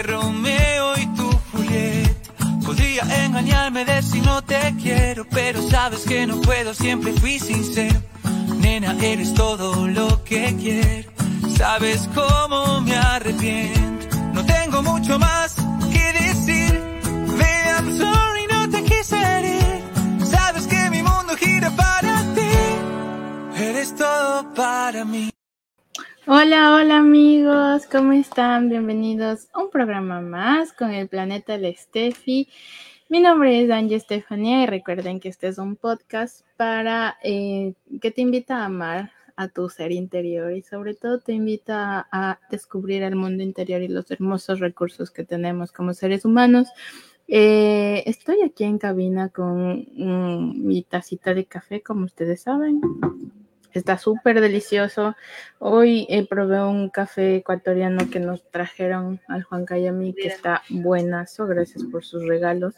Romeo y tu Julieta. Podría engañarme, decir no te quiero, pero sabes que no puedo, siempre fui sincero. Nena, eres todo lo que quiero. Sabes cómo me arrepiento. No tengo mucho más que decir. Baby, I'm sorry, no te quise herir. Sabes que mi mundo gira para ti. Eres todo para mí. Hola, hola amigos, ¿cómo están? Bienvenidos a un programa más con el Planeta La Steffi. Mi nombre es Angie Estefanía y recuerden que este es un podcast para que te invita a amar a tu ser interior y sobre todo te invita a descubrir el mundo interior y los hermosos recursos que tenemos como seres humanos. Estoy aquí en cabina con mi tacita de café, como ustedes saben. Está súper delicioso. Hoy probé un café ecuatoriano que nos trajeron al Juanca y a mí, que está buenazo. Gracias por sus regalos.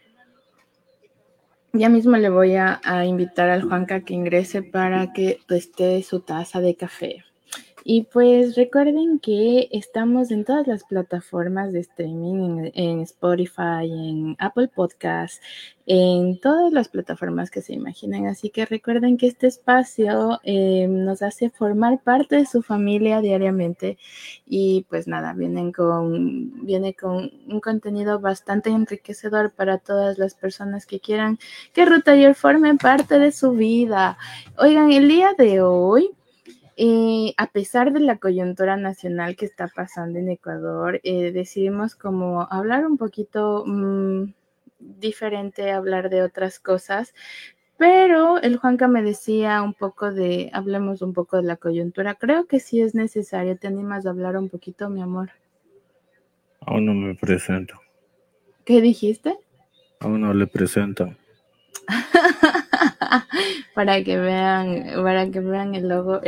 Ya mismo le voy a invitar al Juanca que ingrese para que teste su taza de café. Y pues recuerden que estamos en todas las plataformas de streaming, en Spotify, en Apple Podcasts, en todas las plataformas que se imaginen. Así que recuerden que este espacio nos hace formar parte de su familia diariamente. Y pues nada, viene con un contenido bastante enriquecedor para todas las personas que quieran que Ruta York forme parte de su vida. Oigan, el día de hoy, a pesar de la coyuntura nacional que está pasando en Ecuador, decidimos como hablar un poquito diferente, hablar de otras cosas, pero el Juanca me decía hablemos un poco de la coyuntura. Creo que sí es necesario. ¿Te animas a hablar un poquito, mi amor? Aún no me presento. ¿Qué dijiste? Aún no le presento. Para que vean el logo,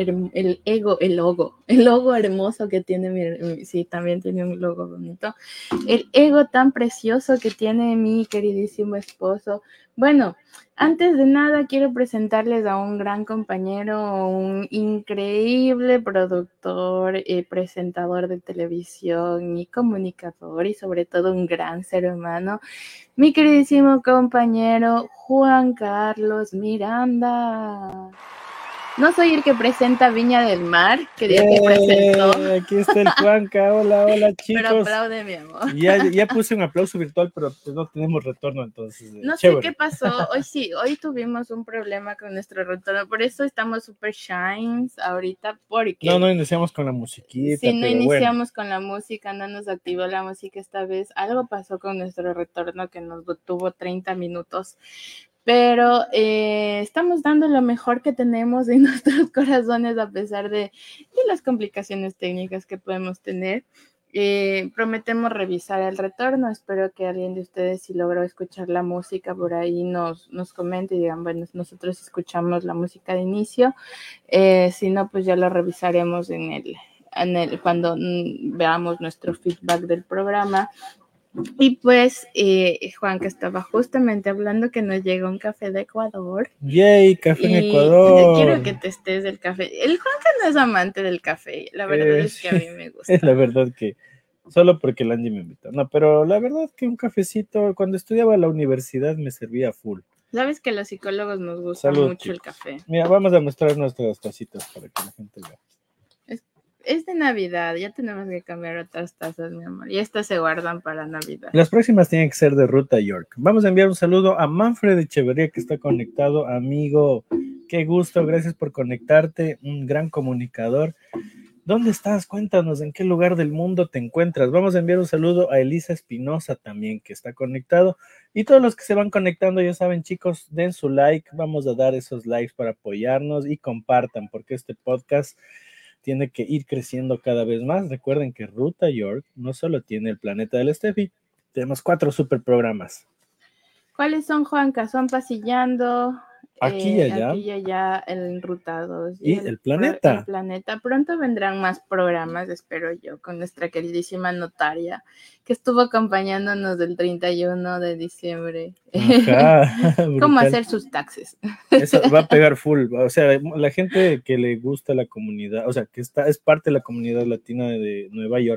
el logo hermoso que tiene sí, también tiene un logo bonito. El ego tan precioso que tiene mi queridísimo esposo. Bueno, antes de nada quiero presentarles a un gran compañero, un increíble productor, presentador de televisión y comunicador y sobre todo un gran ser humano. Mi queridísimo compañero Juan Carlos Miranda. No soy el que presenta Viña del Mar, que ya te presentó. Aquí está el Juanca, hola chicos. Pero aplaude, mi amor. Ya puse un aplauso virtual, pero pues no tenemos retorno, entonces. No chévere. sé qué pasó, hoy tuvimos un problema con nuestro retorno, por eso estamos super shines ahorita, porque... No iniciamos con la musiquita. Sí, no iniciamos con la música, no nos activó la música esta vez, algo pasó con nuestro retorno que nos tuvo 30 minutos. Pero estamos dando lo mejor que tenemos en nuestros corazones a pesar de las complicaciones técnicas que podemos tener. Prometemos revisar el retorno. Espero que alguien de ustedes, si logró escuchar la música por ahí, nos comente y digan, bueno, nosotros escuchamos la música de inicio. Si no, pues ya lo revisaremos cuando veamos nuestro feedback del programa. Y pues Juan, que estaba justamente hablando que nos llega un café de Ecuador. ¡Yay! Café en Ecuador. Quiero que testes el café. El Juan que no es amante del café. La verdad es que a mí me gusta. Es la verdad que solo porque el Angie me invitó. No, pero la verdad que un cafecito, cuando estudiaba en la universidad me servía full. Sabes que a los psicólogos nos gusta mucho el café. Mira, vamos a mostrar nuestras tacitas para que la gente vea. Es de Navidad, ya tenemos que cambiar otras tazas, mi amor. Y estas se guardan para Navidad. Las próximas tienen que ser de Ruta York. Vamos a enviar un saludo a Manfred Echeverría, que está conectado. Amigo, qué gusto, gracias por conectarte. Un gran comunicador. ¿Dónde estás? Cuéntanos, ¿en qué lugar del mundo te encuentras? Vamos a enviar un saludo a Elisa Espinosa también, que está conectado. Y todos los que se van conectando, ya saben, chicos, den su like. Vamos a dar esos likes para apoyarnos y compartan, porque este podcast tiene que ir creciendo cada vez más. Recuerden que Ruta York no solo tiene el Planeta del Steffi, tenemos 4 super programas. ¿Cuáles son, Juanca? Son Pasillando, aquí y allá, Enrutados. Y el Planeta. El Planeta. Pronto vendrán más programas, espero yo, con nuestra queridísima notaria, que estuvo acompañándonos del 31 de diciembre. Ajá, ¿Cómo hacer sus taxes? Eso va a pegar full. O sea, la gente que le gusta la comunidad, o sea, que es parte de la comunidad latina de Nueva York,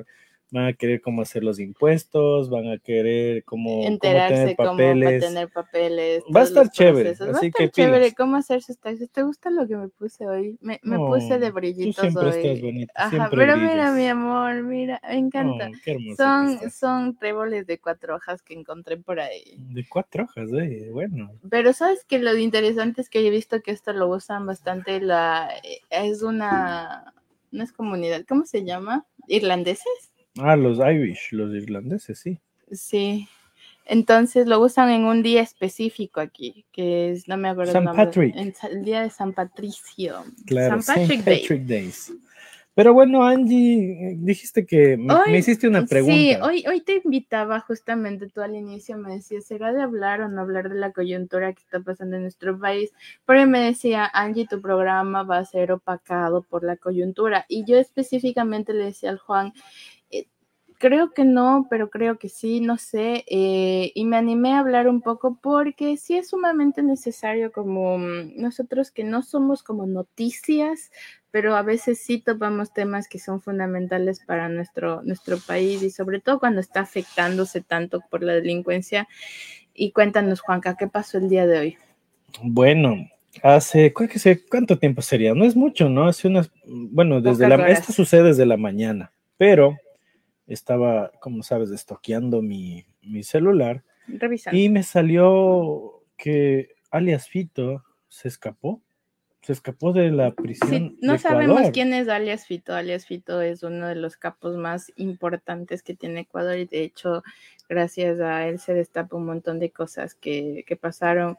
van a querer cómo hacer los impuestos, van a querer cómo tener Enterarse cómo va a papeles. tener papeles, Va a todos estar los chévere, procesos. Va a así estar que chévere pilas. cómo hacer sus taxis. ¿Te gusta lo que me puse hoy? Me No, puse de tú brillitos siempre hoy. estás bonita, Ajá, siempre pero mira, brillas. mi amor, mira, me encanta. No, qué hermosa que estás. Son tréboles de 4 hojas que encontré por ahí. De 4 hojas, bueno. Pero sabes que lo interesante es que he visto que esto lo usan bastante es no es comunidad, ¿cómo se llama? ¿Irlandeses? Ah, los Irish, los irlandeses, sí. Sí. Entonces lo usan en un día específico aquí, que es, no me acuerdo el San nombre, Patrick. el día de San Patricio. Claro, San Patrick Day. Days. Pero bueno, Angie, dijiste que me hiciste una pregunta. Sí, hoy te invitaba justamente, tú al inicio me decías, ¿será de hablar o no hablar de la coyuntura que está pasando en nuestro país? Pero me decía, Angie, tu programa va a ser opacado por la coyuntura. Y yo específicamente le decía al Juan, creo que no, pero creo que sí, no sé, y me animé a hablar un poco porque sí es sumamente necesario como nosotros que no somos como noticias, pero a veces sí topamos temas que son fundamentales para nuestro país y sobre todo cuando está afectándose tanto por la delincuencia. Y cuéntanos, Juanca, ¿qué pasó el día de hoy? Bueno, ¿cuánto tiempo sería? No es mucho, ¿no? Esto sucede desde la mañana, pero estaba, como sabes, estoqueando mi celular. Revisando. Y me salió que alias Fito se escapó de la prisión. Sí, no sabemos quién es alias Fito. Alias Fito es uno de los capos más importantes que tiene Ecuador y de hecho gracias a él se destapa un montón de cosas que pasaron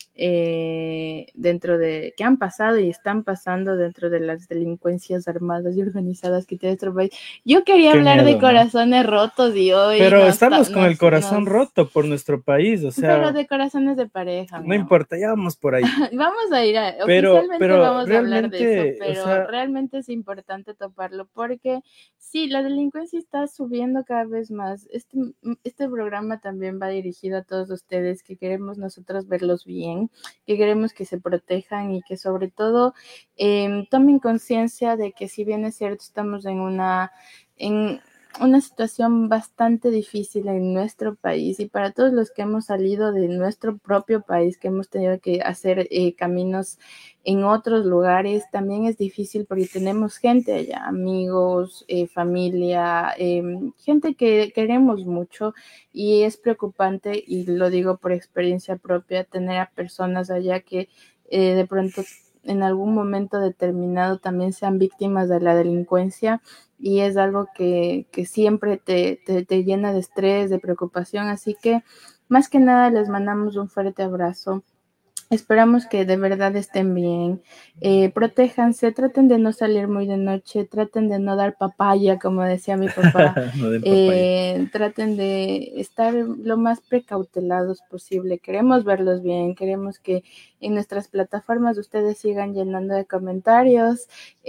que han pasado y están pasando dentro de las delincuencias armadas y organizadas que tiene nuestro país. Yo quería hablar de corazones rotos y hoy... Pero estamos con el corazón roto por nuestro país, o sea... Pero de corazones de pareja. No importa, ya vamos por ahí. Vamos a ir oficialmente vamos a hablar de eso, pero realmente es importante toparlo porque sí, la delincuencia está subiendo cada vez más. Este programa también va dirigido a todos ustedes que queremos nosotros verlos bien, que queremos que se protejan y que sobre todo tomen conciencia de que si bien es cierto estamos en una situación bastante difícil en nuestro país y para todos los que hemos salido de nuestro propio país, que hemos tenido que hacer caminos en otros lugares, también es difícil porque tenemos gente allá, amigos, familia, gente que queremos mucho y es preocupante, y lo digo por experiencia propia, tener a personas allá que de pronto en algún momento determinado también sean víctimas de la delincuencia y es algo que siempre te llena de estrés, de preocupación, así que más que nada les mandamos un fuerte abrazo. Esperamos que de verdad estén bien, protéjanse, traten de no salir muy de noche, traten de no dar papaya, como decía mi papá, traten de estar lo más precautelados posible, queremos verlos bien, queremos que en nuestras plataformas ustedes sigan llenando de comentarios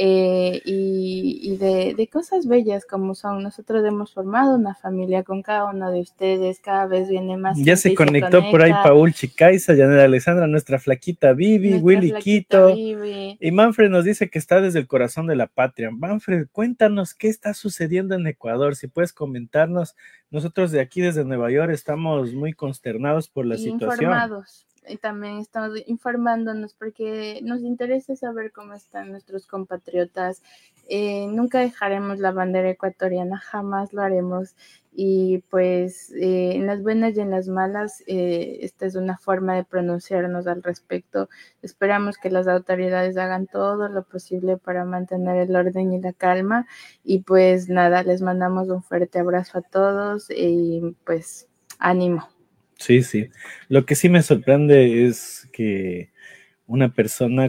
y de cosas bellas como son. Nosotros hemos formado una familia con cada uno de ustedes, cada vez viene más. Ya se conectó por ahí Paul Chicaiza, Janet Alexandra, nuestra flaquita Vivi, Willy Quito, y Manfred nos dice que está desde el corazón de la patria. Manfred, cuéntanos qué está sucediendo en Ecuador, si puedes comentarnos. Nosotros de aquí desde Nueva York estamos muy consternados por la situación. Informados. Y también estamos informándonos porque nos interesa saber cómo están nuestros compatriotas. Nunca dejaremos la bandera ecuatoriana, jamás lo haremos. Y pues en las buenas y en las malas, esta es una forma de pronunciarnos al respecto. Esperamos que las autoridades hagan todo lo posible para mantener el orden y la calma. Y pues nada, les mandamos un fuerte abrazo a todos y pues ánimo. Sí, sí. Lo que sí me sorprende es que una persona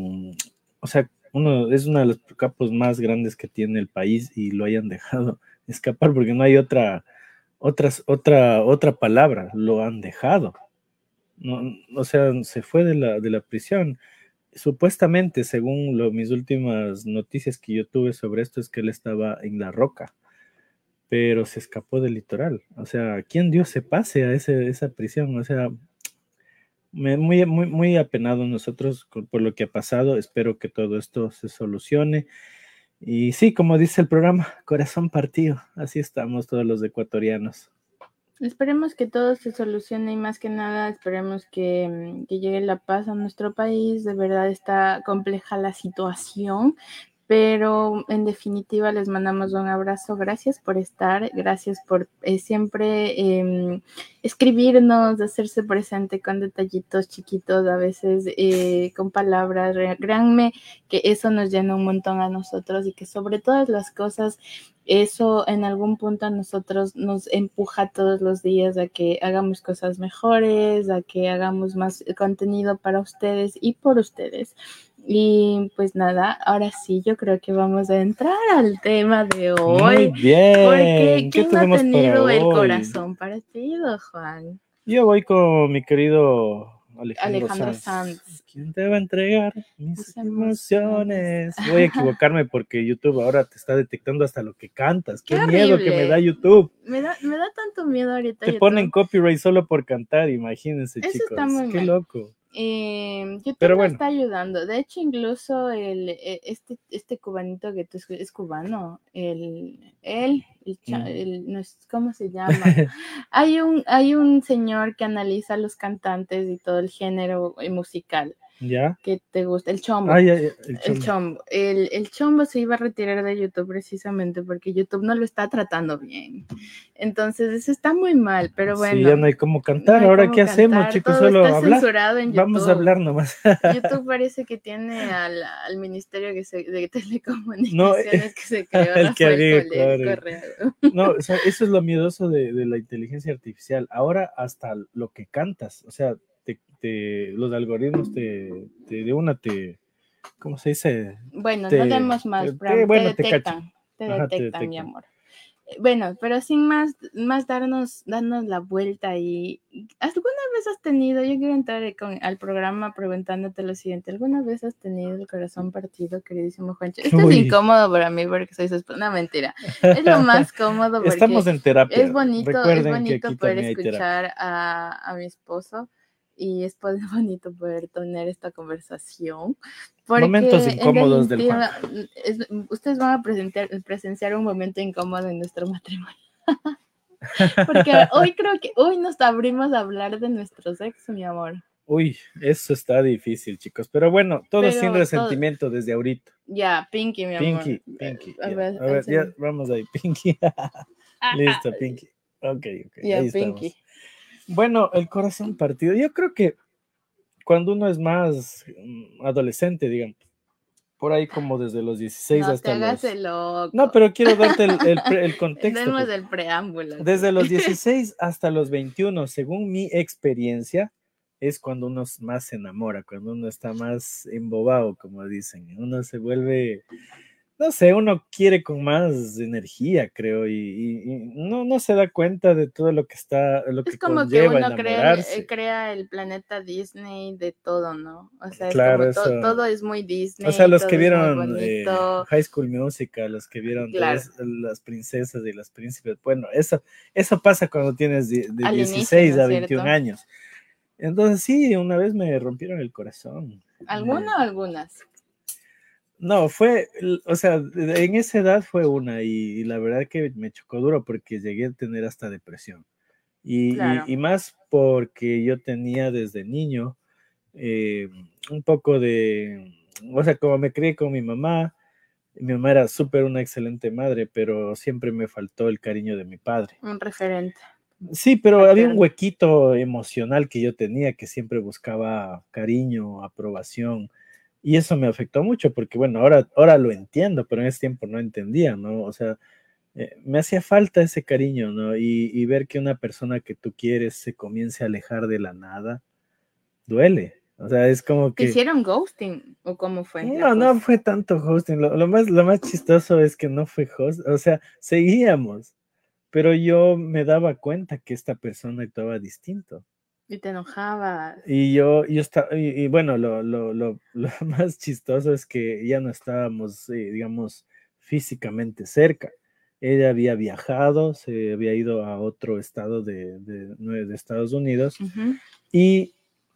uno es uno de los capos más grandes que tiene el país y lo hayan dejado escapar porque no hay otra palabra, lo han dejado. No, o sea, se fue de la prisión. Supuestamente, según mis últimas noticias que yo tuve sobre esto, es que él estaba en La Roca, pero se escapó del litoral. O sea, ¿quién dio ese pase a esa prisión? O sea, muy, muy, muy apenado nosotros por lo que ha pasado. Espero que todo esto se solucione. Y sí, como dice el programa, corazón partido, así estamos todos los ecuatorianos. Esperemos que todo se solucione y más que nada esperemos que llegue la paz a nuestro país. De verdad está compleja la situación, pero en definitiva les mandamos un abrazo. Gracias por estar, gracias por siempre escribirnos, hacerse presente con detallitos chiquitos, a veces con palabras. Créanme que eso nos llena un montón a nosotros y que sobre todas las cosas eso en algún punto a nosotros nos empuja todos los días a que hagamos cosas mejores, a que hagamos más contenido para ustedes y por ustedes. Y pues nada, ahora sí, yo creo que vamos a entrar al tema de hoy. Muy bien. Porque ¿Qué ¿quién no ha tenemos tenido para el hoy? corazón partido, Juan? Yo voy con mi querido Alejandro Sanz. ¿Quién te va a entregar mis Mis emociones? Voy a equivocarme porque YouTube ahora te está detectando hasta lo que cantas. Qué Qué miedo que me horrible. da YouTube. Me da tanto miedo ahorita. Te YouTube. ponen copyright solo por cantar, imagínense, Eso chicos. está muy Qué mal. loco. YouTube Pero nos bueno. está ayudando. De hecho, incluso este cubanito que tú es cubano, no es, ¿cómo se llama? Hay un señor que analiza los cantantes y todo el género musical. ¿Ya? Que te gusta, el Chombo. Ah, ya, el Chombo. El Chombo se iba a retirar de YouTube precisamente porque YouTube no lo está tratando bien. Entonces, eso está muy mal, pero bueno. Sí, ya no hay cómo cantar. Ahora, ¿qué hacemos, chicos? Todo Solo está hablar. censurado en YouTube. Vamos a hablar nomás. YouTube parece que tiene al Ministerio de Telecomunicaciones que se creó el que había, Correa. No, o sea, eso es lo miedoso de la inteligencia artificial. Ahora hasta lo que cantas, o sea, los algoritmos ¿cómo se dice? Bueno, no demos más, te detectan, mi amor. Bueno, pero sin más darnos la vuelta y ¿alguna vez has tenido, yo quiero entrar al programa preguntándote lo siguiente, ¿alguna vez has tenido el corazón partido, queridísimo Juancho? Esto es incómodo para mí porque soy su esposa, no, mentira, es lo más cómodo porque estamos en terapia. Es bonito poder escuchar a mi esposo y es bonito poder tener esta conversación. Porque momentos incómodos del Juan. Ustedes van a presenciar un momento incómodo en nuestro matrimonio. Porque hoy nos abrimos a hablar de nuestro sexo, mi amor. Uy, eso está difícil, chicos. Pero bueno, sin resentimiento desde ahorita. Ya, Pinky, mi amor. Pinky. A ver, ya, vamos ahí, Pinky. Listo, Pinky. Ok. Ya, ahí Pinky. Estamos. Bueno, el corazón partido. Yo creo que cuando uno es más adolescente, digamos, por ahí como desde los 16 hasta los... No te hagas el loco. No, pero quiero darte el contexto. Demos el preámbulo. Desde los 16 hasta los 21, según mi experiencia, es cuando uno más se enamora, cuando uno está más embobado, como dicen. Uno se vuelve... No sé, uno quiere con más energía, creo, y no se da cuenta de todo lo que es como conlleva que uno crea el planeta Disney de todo, ¿no? O sea, claro, es como todo es muy Disney. O sea, los que vieron High School Musical, los que vieron las princesas y los príncipes, bueno, eso pasa cuando tienes de 16 a 21 años. Entonces sí, una vez me rompieron el corazón. ¿Alguna o algunas? No, o sea, en esa edad fue una y la verdad que me chocó duro porque llegué a tener hasta depresión. Y más porque yo tenía desde niño un poco o sea, como me crié con mi mamá era una excelente madre, pero siempre me faltó el cariño de mi padre. Un referente. Sí, pero había un huequito emocional que yo tenía que siempre buscaba cariño, aprobación. Y eso me afectó mucho porque, bueno, ahora lo entiendo, pero en ese tiempo no entendía, ¿no? O sea, me hacía falta ese cariño, ¿no? Y ver que una persona que tú quieres se comience a alejar de la nada, duele. O sea, es como que... ¿Te hicieron ghosting o cómo fue? No fue tanto ghosting. Lo más chistoso es que no fue ghosting. O sea, seguíamos, pero yo me daba cuenta que esta persona actuaba distinto. Y te enojabas. Y yo estaba, y bueno, lo más chistoso es que ya no estábamos, digamos, físicamente cerca. Ella había viajado, se había ido a otro estado de Estados Unidos, y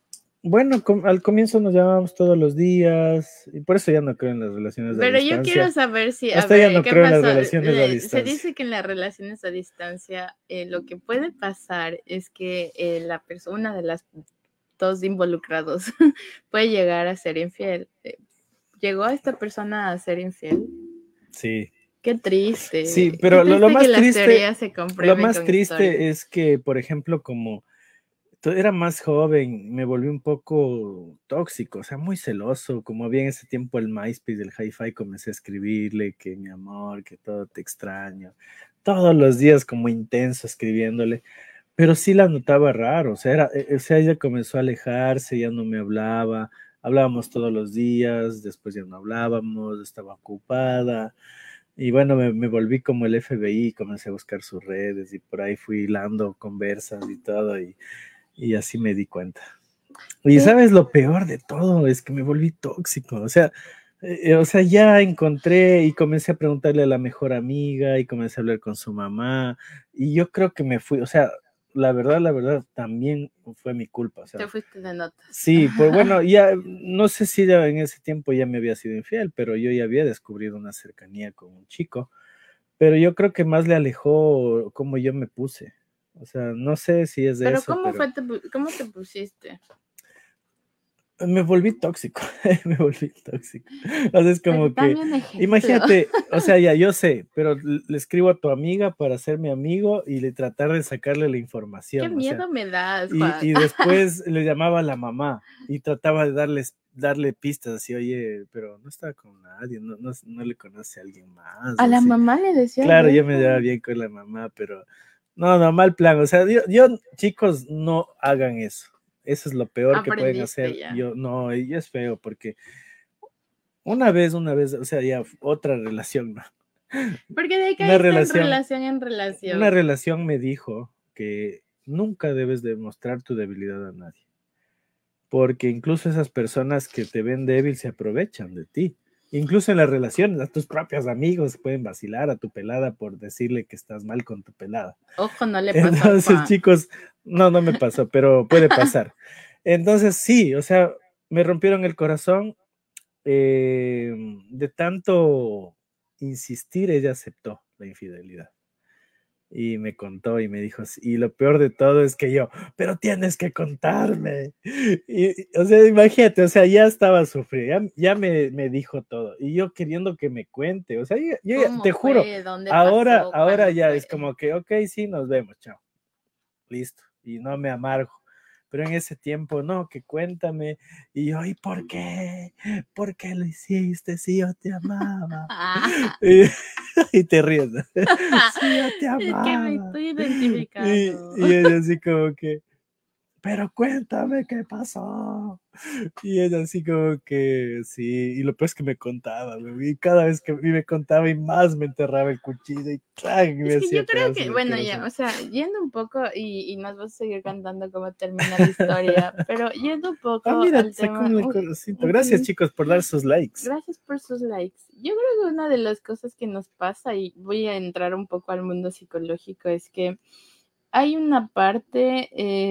Bueno, al comienzo nos llamábamos todos los días y por eso ya no creo en las relaciones a Pero yo distancia. quiero saber si, a Hasta ya ver, no ¿qué creo en las pasó? relaciones a Se distancia. dice que en las relaciones a distancia lo que puede pasar es que la persona, una de las dos involucrados puede llegar a ser infiel. ¿Llegó esta persona a ser infiel? Sí. Qué triste. Sí, pero Qué triste lo más que las triste, teorías se lo comprueben más con triste historias. es que, por ejemplo, como era más joven, me volví un poco tóxico, o sea, muy celoso, como había en ese tiempo el MySpace del Hi-Fi, comencé a escribirle que mi amor, que todo te extraño, todos los días como intenso escribiéndole, pero sí la notaba raro, o sea, o sea, ella comenzó a alejarse, ya no me hablaba, hablábamos todos los días, después ya no hablábamos, estaba ocupada. Y bueno, me volví como el FBI, comencé a buscar sus redes y por ahí fui hilando conversas y todo y así me di cuenta. Y sabes, lo peor de todo es que me volví tóxico, o sea, ya encontré y comencé a preguntarle a la mejor amiga y comencé a hablar con su mamá y yo creo que me fui, o sea, la verdad, también fue mi culpa, o Te sea, fuiste de notas. sí, pues bueno, ya no sé si ya en ese tiempo ya me había sido infiel, pero yo ya había descubierto una cercanía con un chico, pero yo creo que más le alejó cómo yo me puse. O sea, no sé si es de Pero eso, pero ¿cómo te pusiste? me volví tóxico, me volví tóxico. O sea, es como que, Dame un ejemplo. imagínate, o sea, ya yo sé, pero le escribo a tu amiga para ser mi amigo y le tratar de sacarle la información. Qué miedo me das, Juan. Y después le llamaba a la mamá y trataba de darle pistas así, oye, pero no estaba con nadie, no le conoce a alguien más. A la así. mamá le decía Claro, yo eso. me llevaba bien con la mamá, pero no, mal plan. O sea, yo, chicos, no hagan eso. Eso es lo peor que pueden Aprendiste hacer. ya. Y es feo porque una vez, o sea, ya otra relación, ¿no? Porque de ahí Una caíste en relación, en una relación. relación me dijo que nunca debes demostrar tu debilidad a nadie. Porque incluso esas personas que te ven débil se aprovechan de ti. Incluso en las relaciones, a tus propios amigos pueden vacilar a tu pelada por decirle que estás mal con tu pelada. Ojo, no le pasó al Entonces, Juan. chicos, no me pasó, pero puede pasar. Entonces, sí, o sea, me rompieron el corazón. De tanto insistir, ella aceptó la infidelidad. Y me contó y me dijo, y lo peor de todo es que yo, pero tienes que contarme. O sea, imagínate, o sea, ya estaba sufriendo, ya me dijo todo. Y yo queriendo que me cuente, o sea, yo te juro, ¿Dónde ahora pasó? ya Fue? es como que, ok, sí, nos vemos, chao. Listo. Y no me amargo. Pero en ese tiempo, no, que cuéntame. Y yo, ¿y por qué? ¿Por qué lo hiciste si yo te amaba? Y te ríes. Si yo te amaba. Es que me estoy identificando. Y ella así como que, pero cuéntame qué pasó. Y ella así como que, sí, y lo peor es que me contaba, y cada vez que me contaba y más me enterraba el cuchillo y ¡clang! Me Es que hacía yo creo pedazos que, el bueno, corazón. ya, o sea, yendo un poco, y nos vas a seguir contando cómo termina la historia, pero yendo un poco Mira, al tema. sacó el corazoncito. Gracias, chicos, por dar sus likes. Gracias por sus likes. Yo creo que una de las cosas que nos pasa, y voy a entrar un poco al mundo psicológico, es que hay una parte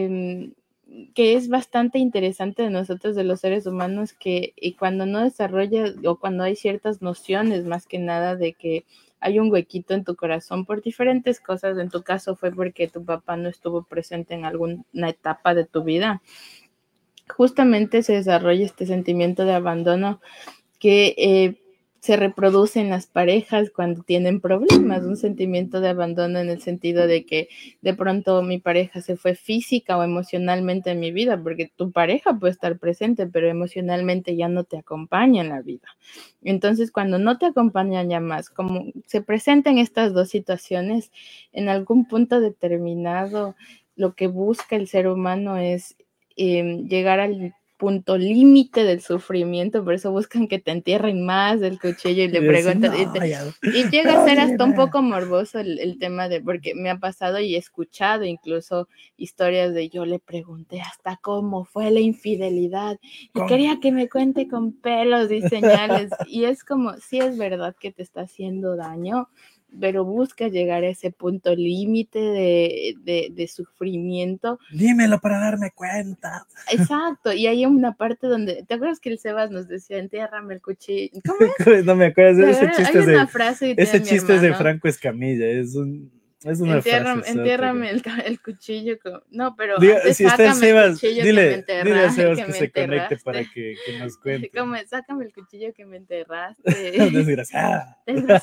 que es bastante interesante de nosotros, de los seres humanos, que y cuando no desarrolla o cuando hay ciertas nociones, más que nada, de que hay un huequito en tu corazón por diferentes cosas. En tu caso fue porque tu papá no estuvo presente en alguna etapa de tu vida. Justamente se desarrolla este sentimiento de abandono que se reproduce en las parejas cuando tienen problemas, un sentimiento de abandono en el sentido de que de pronto mi pareja se fue física o emocionalmente en mi vida, porque tu pareja puede estar presente, pero emocionalmente ya no te acompaña en la vida. Entonces, cuando no te acompañan ya más, como se presentan estas dos situaciones, en algún punto determinado, lo que busca el ser humano es llegar al punto límite del sufrimiento, por eso buscan que te entierren más del cuchillo y le preguntan, y llega a ser hasta un poco morboso el tema de, porque me ha pasado y he escuchado incluso historias de yo le pregunté hasta cómo fue la infidelidad y quería que me cuente con pelos y señales, y es como, sí es verdad que te está haciendo daño, pero busca llegar a ese punto límite de sufrimiento. Dímelo para darme cuenta. Exacto, y hay una parte donde, ¿te acuerdas que el Sebas nos decía, entiérrame el cuchillo? ¿Cómo es? No me acuerdo, ese chiste, Hay una frase ese chiste es de Franco Escamilla, es una frase. Entiérrame el cuchillo. No, pero diga, antes si está el Sebas, dile a Sebas que que me se enterraste. conecte para que nos cuente. Como, sácame el cuchillo que me enterraste. Desgraciada.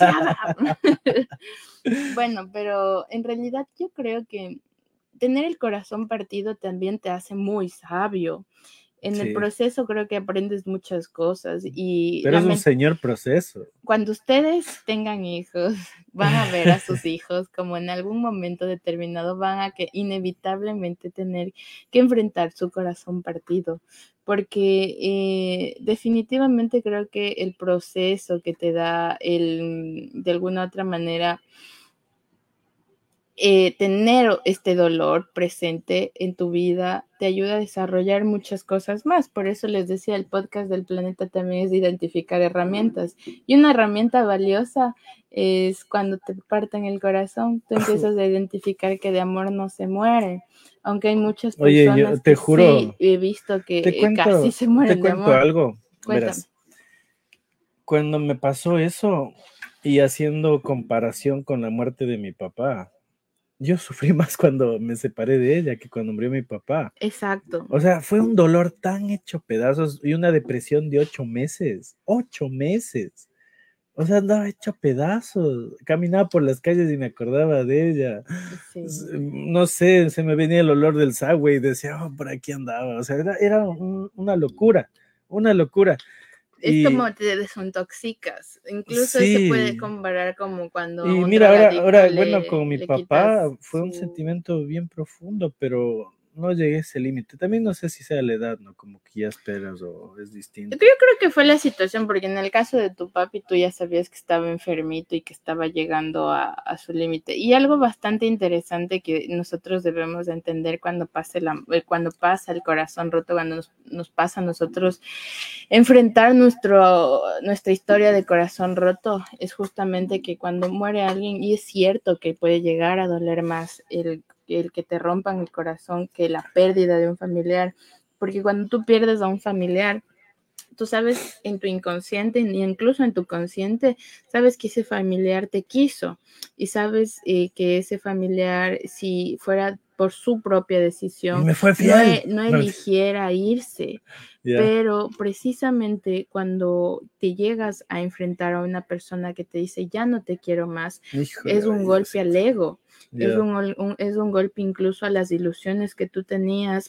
Bueno, pero en realidad yo creo que tener el corazón partido también te hace muy sabio. En el proceso creo que aprendes muchas cosas. Pero es un señor proceso. Cuando ustedes tengan hijos, van a ver a sus hijos como en algún momento determinado van a que inevitablemente tener que enfrentar su corazón partido. Porque definitivamente creo que el proceso que te da de alguna u otra manera tener este dolor presente en tu vida te ayuda a desarrollar muchas cosas más. Por eso les decía, el podcast del planeta también es de identificar herramientas. Y una herramienta valiosa es cuando te parten el corazón, tú empiezas a identificar que de amor no se muere. Aunque hay muchas personas yo te juro, sí he visto que casi se mueren de amor. Te cuento algo. Cuéntame. Verás, cuando me pasó eso y haciendo comparación con la muerte de mi papá, yo sufrí más cuando me separé de ella que cuando murió mi papá. Exacto. O sea, fue un dolor tan hecho pedazos y una depresión de 8 meses. 8 meses. O sea, andaba hecho pedazos. Caminaba por las calles y me acordaba de ella. Sí. No sé, se me venía el olor del Subway y decía, oh, por aquí andaba. O sea, era una locura, una locura. Es como te desintoxicas. Incluso sí, se puede comparar como cuando. Y mira, ahora bueno, con mi papá fue un sentimiento bien profundo, pero no llegué a ese límite. También no sé si sea la edad, ¿no? Como que ya esperas o es distinto. Yo creo que fue la situación, porque en el caso de tu papi, tú ya sabías que estaba enfermito y que estaba llegando a su límite. Y algo bastante interesante que nosotros debemos de entender cuando pasa el corazón roto, cuando nos pasa a nosotros enfrentar nuestra historia de corazón roto, es justamente que cuando muere alguien, y es cierto que puede llegar a doler más el que te rompan el corazón que la pérdida de un familiar, porque cuando tú pierdes a un familiar, tú sabes en tu inconsciente y incluso en tu consciente, sabes que ese familiar te quiso y sabes que ese familiar, si fuera por su propia decisión, me fue fiel. No eligiera irse. Yeah. Pero precisamente cuando te llegas a enfrentar a una persona que te dice ya no te quiero más, es un golpe al ego. Yeah. Es un golpe incluso a las ilusiones que tú tenías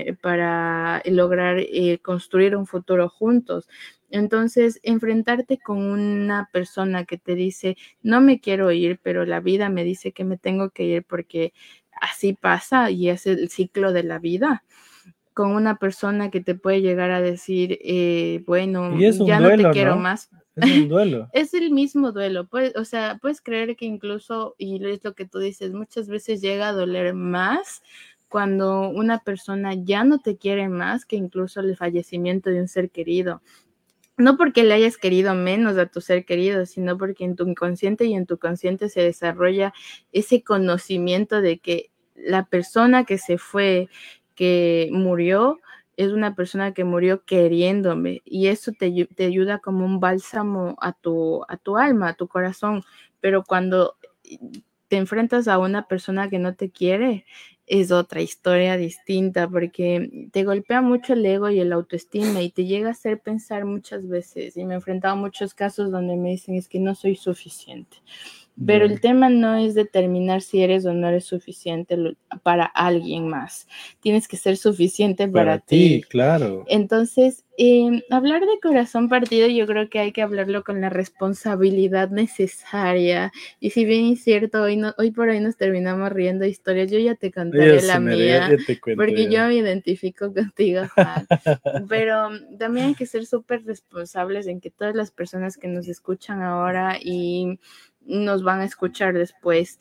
para lograr construir un futuro juntos. Entonces, enfrentarte con una persona que te dice, no me quiero ir, pero la vida me dice que me tengo que ir porque así pasa y es el ciclo de la vida. Con una persona que te puede llegar a decir, bueno, ya duelo, no te quiero, ¿no? Más. Es un duelo. Es el mismo duelo. Puedes creer que incluso, y es lo que tú dices, muchas veces llega a doler más cuando una persona ya no te quiere más que incluso el fallecimiento de un ser querido. No porque le hayas querido menos a tu ser querido, sino porque en tu inconsciente y en tu consciente se desarrolla ese conocimiento de que la persona que se fue, que murió, es una persona que murió queriéndome, y eso te ayuda como un bálsamo a tu alma, a tu corazón. Pero cuando te enfrentas a una persona que no te quiere, es otra historia distinta, porque te golpea mucho el ego y el autoestima y te llega a hacer pensar muchas veces, y me he enfrentado a muchos casos donde me dicen es que no soy suficiente. Pero el tema no es determinar si eres o no eres suficiente para alguien más. Tienes que ser suficiente para ti. Claro. Entonces, hablar de corazón partido, yo creo que hay que hablarlo con la responsabilidad necesaria. Y si bien es cierto, hoy por hoy nos terminamos riendo de historias, yo ya te contaré la mía, porque yo me identifico contigo, Juan. Pero también hay que ser súper responsables en que todas las personas que nos escuchan ahora y nos van a escuchar después,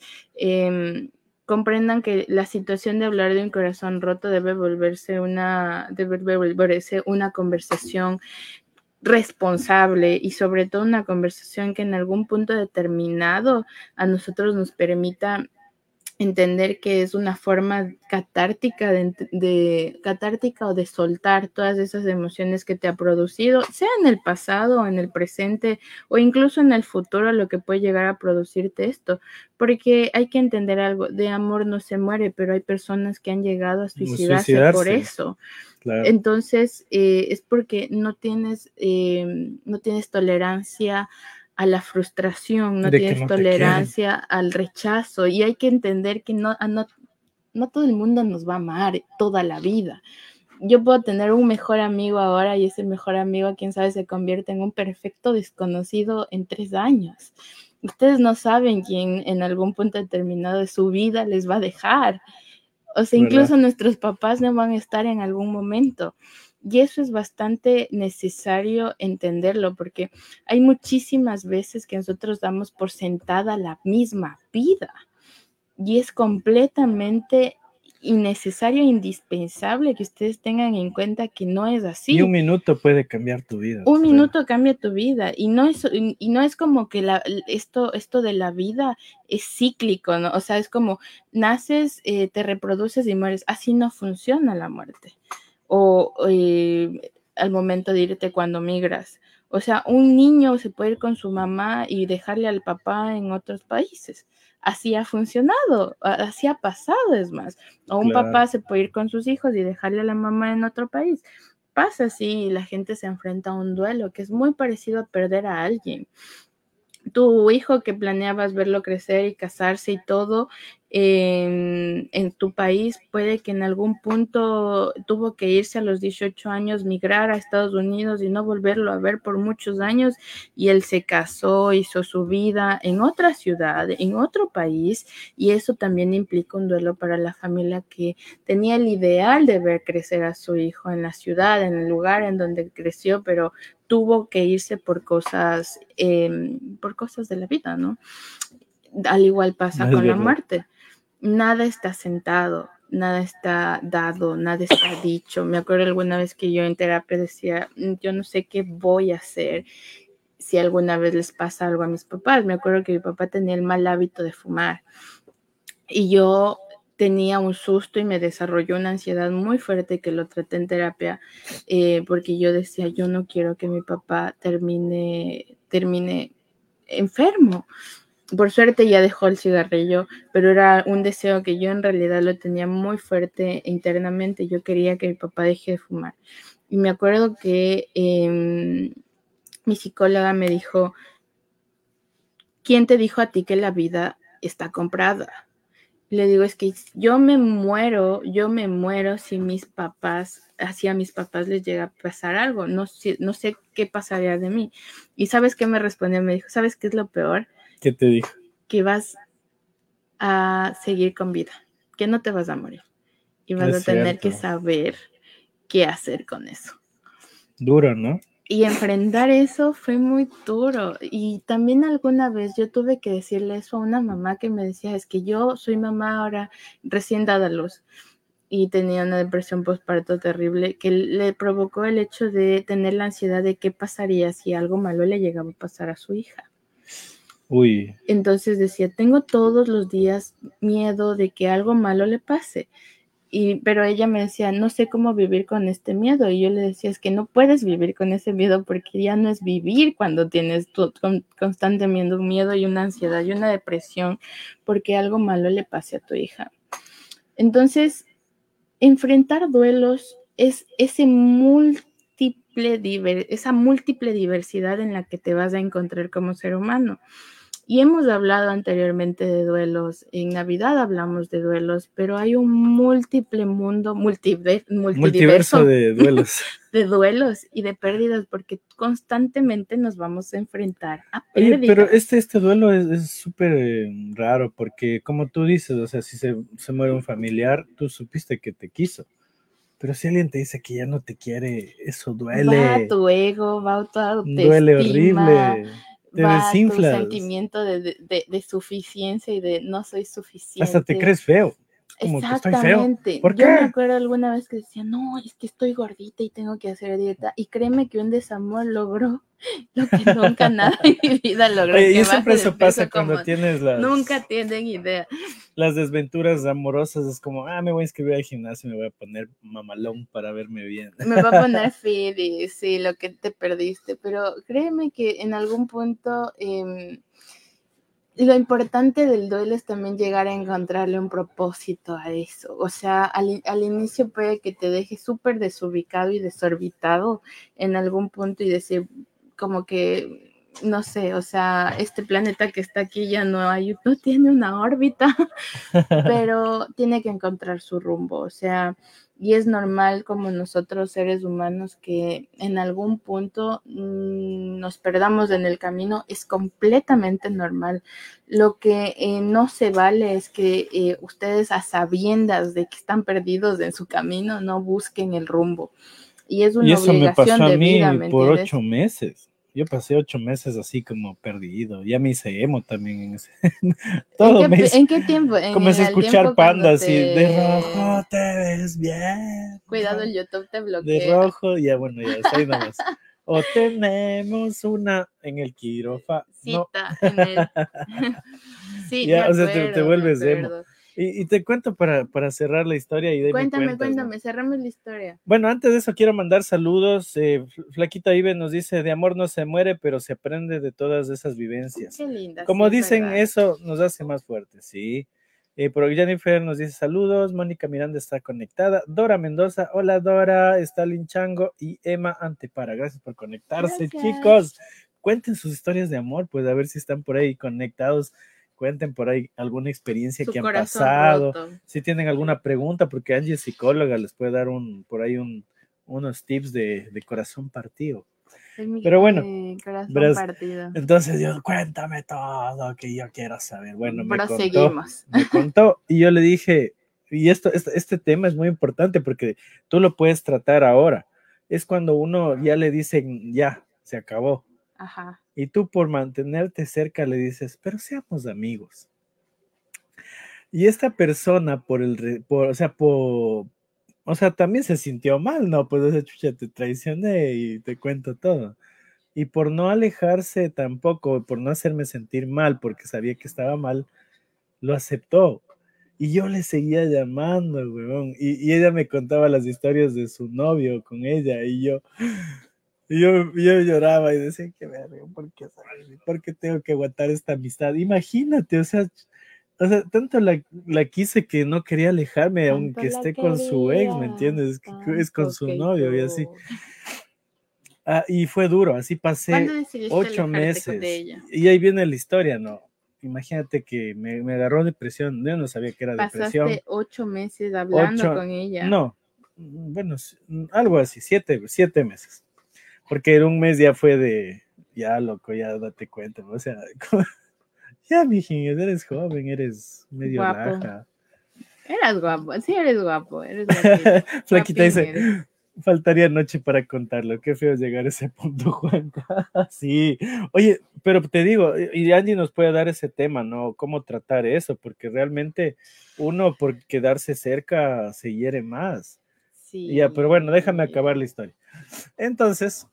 comprendan que la situación de hablar de un corazón roto debe volverse una conversación responsable y sobre todo una conversación que en algún punto determinado a nosotros nos permita entender que es una forma catártica catártica o de soltar todas esas emociones que te ha producido, sea en el pasado o en el presente o incluso en el futuro, lo que puede llegar a producirte esto, porque hay que entender algo, de amor no se muere, pero hay personas que han llegado a suicidarse por eso. Claro. Entonces, es porque no tienes tolerancia a la frustración, no tienes tolerancia al rechazo, y hay que entender que no todo el mundo nos va a amar toda la vida. Yo puedo tener un mejor amigo ahora y ese mejor amigo, quién sabe, se convierte en un perfecto desconocido en 3 años. Ustedes no saben quién en algún punto determinado de su vida les va a dejar. O sea, incluso ¿verdad? Nuestros papás no van a estar en algún momento. Y eso es bastante necesario entenderlo, porque hay muchísimas veces que nosotros damos por sentada la misma vida. Y es completamente innecesario e indispensable que ustedes tengan en cuenta que no es así. Y un minuto puede cambiar tu vida. Un minuto cambia tu vida. Y no es como que esto de la vida es cíclico, ¿no? O sea, es como naces, te reproduces y mueres. Así no funciona la muerte. O al momento de irte cuando migras. O sea, un niño se puede ir con su mamá y dejarle al papá en otros países. Así ha funcionado, así ha pasado, es más. O un papá se puede ir con sus hijos y dejarle a la mamá en otro país. Pasa así y la gente se enfrenta a un duelo que es muy parecido a perder a alguien. Tu hijo que planeabas verlo crecer y casarse y todo en tu país, puede que en algún punto tuvo que irse a los 18 años, migrar a Estados Unidos y no volverlo a ver por muchos años, y él se casó, hizo su vida en otra ciudad, en otro país, y eso también implica un duelo para la familia que tenía el ideal de ver crecer a su hijo en la ciudad, en el lugar en donde creció, pero tuvo que irse por cosas de la vida, ¿no? Al igual pasa con la muerte. Nada está sentado, nada está dado, nada está dicho. Me acuerdo alguna vez que yo en terapia decía, yo no sé qué voy a hacer si alguna vez les pasa algo a mis papás. Me acuerdo que mi papá tenía el mal hábito de fumar y yo tenía un susto y me desarrolló una ansiedad muy fuerte que lo traté en terapia, porque yo decía, yo no quiero que mi papá termine enfermo. Por suerte ya dejó el cigarrillo, pero era un deseo que yo en realidad lo tenía muy fuerte internamente. Yo quería que mi papá deje de fumar. Y me acuerdo que mi psicóloga me dijo, ¿quién te dijo a ti que la vida está comprada? Le digo, es que yo me muero si a mis papás les llega a pasar algo. No sé qué pasaría de mí. ¿Y sabes qué me respondió? Me dijo, ¿sabes qué es lo peor? ¿Qué te dijo? Que vas a seguir con vida, que no te vas a morir. Y vas a tener que saber qué hacer con eso. Duro, ¿no? Y enfrentar eso fue muy duro. Y también alguna vez yo tuve que decirle eso a una mamá que me decía, es que yo soy mamá ahora recién dada a luz y tenía una depresión postparto terrible que le provocó el hecho de tener la ansiedad de qué pasaría si algo malo le llegaba a pasar a su hija. Uy. Entonces decía, tengo todos los días miedo de que algo malo le pase. Pero ella me decía, no sé cómo vivir con este miedo. Y yo le decía, es que no puedes vivir con ese miedo porque ya no es vivir cuando tienes constante miedo y una ansiedad y una depresión porque algo malo le pase a tu hija. Entonces, enfrentar duelos es esa múltiple diversidad en la que te vas a encontrar como ser humano. Y hemos hablado anteriormente de duelos, en Navidad hablamos de duelos, pero hay un multiverso de duelos. De duelos y de pérdidas, porque constantemente nos vamos a enfrentar a pérdidas. Oye, pero este duelo es súper raro, porque como tú dices, o sea, si se muere un familiar, tú supiste que te quiso. Pero si alguien te dice que ya no te quiere, eso duele. Va a tu ego, va a tu autoestima. Duele horrible. Te desinflas. Tu sentimiento de suficiencia y de no soy suficiente. Hasta te crees feo. como que estoy feo. Exactamente. ¿Por Yo me qué? acuerdo alguna vez que decía, no, es que estoy gordita y tengo que hacer dieta. Y créeme que un desamor logró lo que nunca nada en mi vida logró, Oye, que y siempre baje de eso pasa peso cuando como tienes nunca tienen idea. las desventuras amorosas. Es como, me voy a inscribir al gimnasio y me voy a poner mamalón para verme bien. Me va a poner fit y sí, lo que te perdiste. Pero créeme que en algún punto lo importante del duelo es también llegar a encontrarle un propósito a eso. O sea, al inicio puede que te deje súper desubicado y desorbitado en algún punto y decir como que, no sé, o sea, este planeta que está aquí ya no tiene una órbita, pero tiene que encontrar su rumbo. O sea, y es normal como nosotros seres humanos que en algún punto nos perdamos en el camino, es completamente normal. Lo que no se vale es que ustedes a sabiendas de que están perdidos en su camino no busquen el rumbo. Y es Y una eso me obligación pasó a de vida, mí ¿me por entiendes? 8 meses. Yo pasé 8 meses así como perdido. Ya me hice emo también en ese. Todo me hizo. ¿En qué tiempo? En Comencé a el escuchar tiempo cuando pandas y de te... rojo te ves bien. Cuidado, el YouTube te De bloquea. rojo, ya bueno, ya está ahí nomás. O tenemos una en el quirófano. Cita en el... Sí, me Ya, o sea, te acuerdo, me vuelves emo. acuerdo. Y te cuento para cerrar la historia y de ahí me cuentas, ¿no? Cuéntame, cerramos la historia. Bueno, antes de eso quiero mandar saludos. Flaquita Ibe nos dice, de amor no se muere, pero se aprende de todas esas vivencias. Qué linda. Como sí, dicen, verdad. eso nos hace más fuertes, sí. Pero Jennifer nos dice saludos, Mónica Miranda está conectada, Dora Mendoza, hola Dora, Stalin Chango y Emma Antepara, gracias por conectarse, Gracias. chicos. Cuenten sus historias de amor, pues a ver si están por ahí conectados. Cuenten por ahí alguna experiencia Su que han corazón pasado, roto. si tienen alguna pregunta, porque Angie es psicóloga, les puede dar por ahí unos tips de corazón partido. Pero bueno, corazón verás, partido. entonces Dios, cuéntame todo que yo quiero saber. Bueno, Proseguimos. me contó y yo le dije, y este tema es muy importante porque tú lo puedes tratar ahora. Es cuando uno ya le dicen, ya, se acabó. Ajá. Y tú por mantenerte cerca le dices, pero seamos amigos. Y esta persona o sea, también se sintió mal, ¿no? Pues esa chucha te traicioné y te cuento todo. Y por no alejarse tampoco, por no hacerme sentir mal, porque sabía que estaba mal, lo aceptó. Y yo le seguía llamando, weón. Y ella me contaba las historias de su novio con ella. Y yo lloraba y decía, qué verga, ¿por qué tengo que aguantar esta amistad? Imagínate, o sea, tanto la quise que no quería alejarme, Tanto aunque la esté con su ex, ¿me quería, entiendes? Que es con tanto su que novio y yo. así. Y fue duro, así pasé ¿Cuándo decidiste 8 alejarte de meses. ella? Y ahí viene la historia, ¿no? Imagínate que me agarró depresión. Yo no sabía que era depresión. Pasaste 8 meses hablando con ella. No, bueno, algo así, 7 meses. Porque en un mes ya fue de, ya loco, ya date cuenta, ¿no? O sea, ya, mijín, eres joven, eres medio Guapo. laja. Eras guapo, sí eres guapo, eres guapito. Flaquita Guapín dice, eres. faltaría noche para contarlo. Qué feo llegar a ese punto, Juanca. Sí. Oye, pero te digo, y Angie nos puede dar ese tema, ¿no? Cómo tratar eso, porque realmente uno por quedarse cerca se hiere más. Sí. Ya, pero bueno, déjame acabar la historia. Entonces,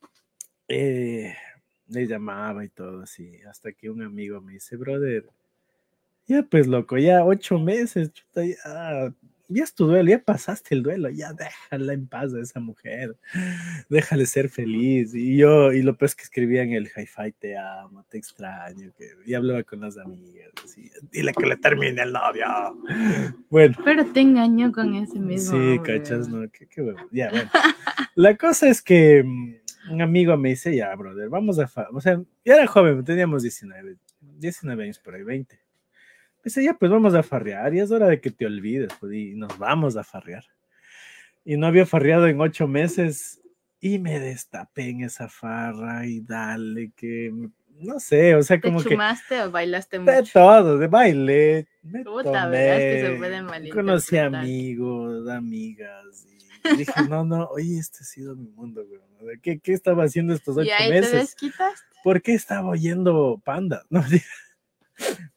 le llamaba y todo así, hasta que un amigo me dice, brother, ya pues loco, ya 8 meses, chuta, ya es tu duelo, ya pasaste el duelo, ya déjala en paz a esa mujer, déjale ser feliz. Y lo peor es que escribía en el hi-fi, te amo, te extraño, y hablaba con las amigas, así, dile que le termine el novio. Bueno. Pero te engañó con ese mismo Sí, hombre. cachas, no, qué huevo. Ya, bueno. La cosa es que un amigo me dice, ya, brother, vamos o sea, yo era joven, teníamos 19 años por ahí, 20. Dice, ya, pues vamos a farrear, y es hora de que te olvides, pues, y nos vamos a farrear. Y no había farreado en 8 meses, y me destapé en esa farra, y dale, que, no sé, o sea, como que... ¿Te chumaste o bailaste mucho? De todo, de baile, Puta, verdad, es que se puede malinterpretar. conocí amigos, amigas, y dije, no, oye, este ha sido mi mundo, güey. ¿Qué estaba haciendo estos 8 ¿Y ahí meses? te desquitaste? ¿Por qué estaba oyendo Panda? No,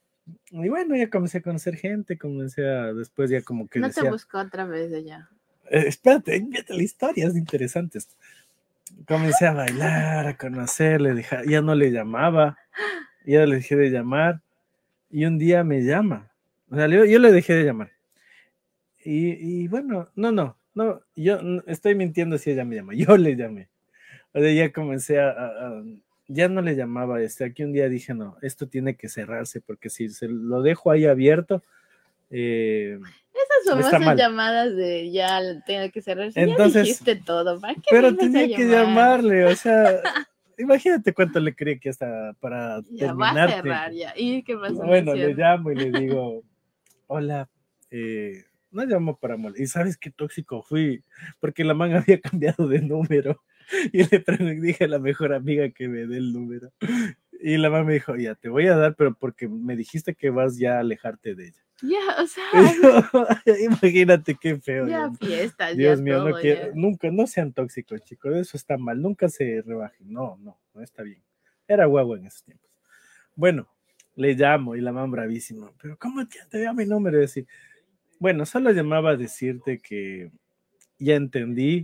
Y bueno, ya comencé a conocer gente, después ya como que No decía, te buscó otra vez ella. Espérate, fíjate la historia, es interesante esto. Comencé a bailar, a conocerle, ya no le llamaba, ya le dejé de llamar, y un día me llama. O sea, yo le dejé de llamar. Y bueno, no, yo estoy mintiendo si ella me llama, yo le llamé. O sea, ya comencé ya no le llamaba, aquí un día dije, no, esto tiene que cerrarse, porque si se lo dejo ahí abierto, esas está famosas mal. llamadas de ya tiene que cerrarse, Entonces, ya dijiste todo, ¿para qué pero vuelves a tenía que llamar? llamarle, o sea, imagínate cuánto le creí que hasta para Ya va a terminarte. cerrar ya. ¿Y qué pasó? Bueno, le llamo y le digo, hola, no llamo para molestar. ¿Y sabes qué tóxico fui? Porque la man había cambiado de número. Y dije a la mejor amiga que me dé el número. Y la man me dijo, ya, te voy a dar, pero porque me dijiste que vas ya a alejarte de ella. Ya, o sea, imagínate qué feo. ya fiestas, Dios ya mío, todo, no quiero, ya. nunca, no sean tóxicos, chicos, eso está mal, nunca se rebajen, no está bien. Era guagua en esos tiempos. Bueno, le llamo y la man bravísima, pero ¿cómo te dio mi número? Y decir, bueno, solo llamaba a decirte que ya entendí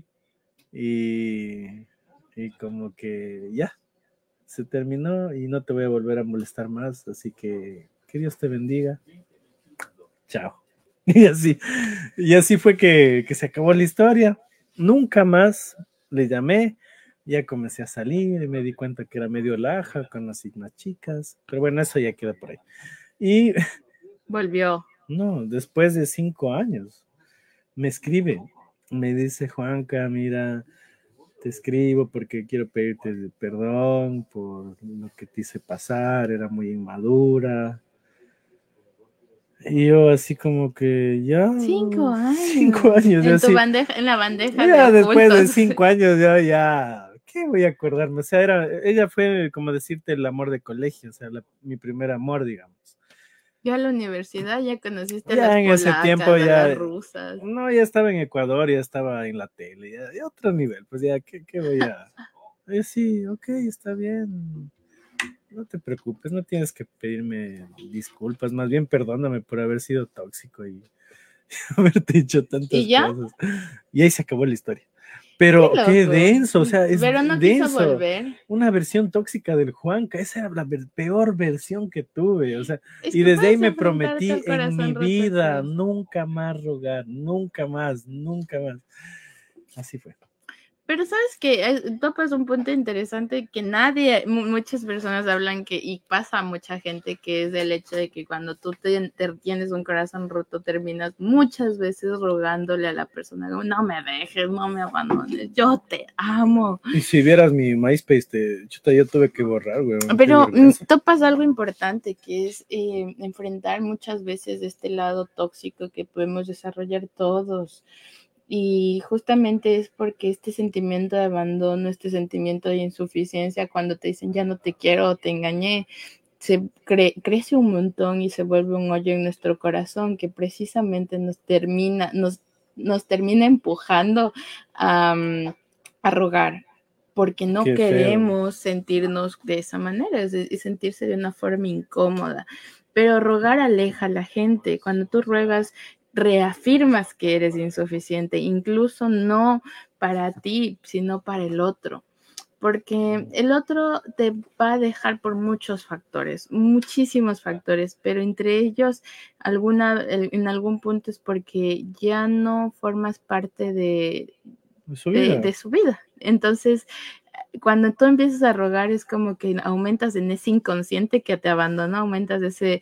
y como que ya, se terminó y no te voy a volver a molestar más, así que Dios te bendiga. Chao. Y así fue que se acabó la historia. Nunca más le llamé, ya comencé a salir y me di cuenta que era medio laja, conocí unas chicas, pero bueno, eso ya queda por ahí. Y volvió. no, después de 5 años, me escribe, me dice, Juanca, mira, te escribo porque quiero pedirte perdón por lo que te hice pasar, era muy inmadura. Y yo así como que ya... 5 años. 5 años. En tu bandeja, en la bandeja ya de después de ocultos. 5 años, ya, ¿qué voy a acordarme? O sea, ella fue como decirte el amor de colegio, o sea, mi primer amor, digamos. Ya a la universidad ya conociste Ya las en ese polacas, tiempo a ya... las rusas. No, ya estaba en Ecuador, ya estaba en la tele, ya otro nivel, pues ya, ¿qué voy a...? Sí, ok, está bien. No te preocupes, no tienes que pedirme disculpas, más bien perdóname por haber sido tóxico y haberte dicho tantas cosas. Y ahí se acabó la historia. Pero qué denso, o sea, es pero no denso. quiso volver. Una versión tóxica del Juanca, esa era la peor versión que tuve, o sea, Es y que desde ahí puedes me enfrentarte prometí al en corazón mi roto, vida pues. nunca más rogar, nunca más. Así fue. Pero sabes que topas un punto interesante que muchas personas hablan y pasa a mucha gente, que es el hecho de que cuando tú tienes un corazón roto, terminas muchas veces rogándole a la persona, no me dejes, no me abandones, yo te amo. Y si vieras mi MySpace, yo tuve que borrar, güey. Pero topas algo importante, que es enfrentar muchas veces este lado tóxico que podemos desarrollar todos. Y justamente es porque este sentimiento de abandono, este sentimiento de insuficiencia, cuando te dicen ya no te quiero o te engañé, crece un montón y se vuelve un hoyo en nuestro corazón que precisamente nos termina empujando a rogar, porque no queremos sentirnos de esa manera y sentirse de una forma incómoda. Pero rogar aleja a la gente. Cuando tú ruegas, reafirmas que eres insuficiente, incluso no para ti, sino para el otro, porque el otro te va a dejar por muchos factores, muchísimos factores, pero entre ellos en algún punto es porque ya no formas parte de su vida. Entonces, cuando tú empiezas a rogar es como que aumentas en ese inconsciente que te abandonó, aumentas ese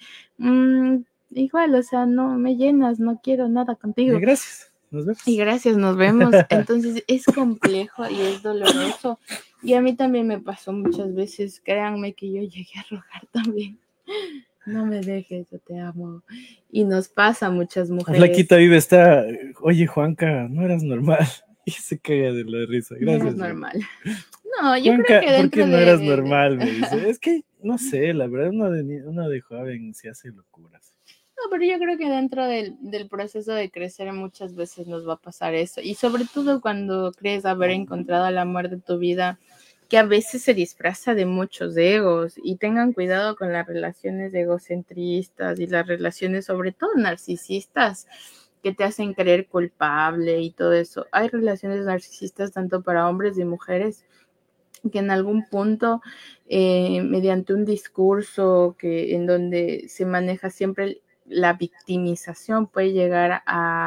igual, o sea, no me llenas, no quiero nada contigo. Y gracias, nos vemos. Y gracias, nos vemos. Entonces es complejo y es doloroso. Y a mí también me pasó muchas veces, créanme que yo llegué a rogar también. No me dejes, yo te amo. Y nos pasa a muchas mujeres. Flaquita vive oye Juanca, no eras normal. Y se caga de la risa. Gracias. No eres normal. No, yo Juanca, creo que dentro ¿por qué no eras normal? Me dice. Es que, no sé, la verdad, uno de joven se hace locuras. No, pero yo creo que dentro del proceso de crecer muchas veces nos va a pasar eso. Y sobre todo cuando crees haber encontrado el amor de tu vida, que a veces se disfraza de muchos egos, y tengan cuidado con las relaciones egocentristas y las relaciones sobre todo narcisistas que te hacen creer culpable y todo eso. Hay relaciones narcisistas tanto para hombres y mujeres que en algún punto, mediante un discurso en donde se maneja siempre la victimización, puede llegar a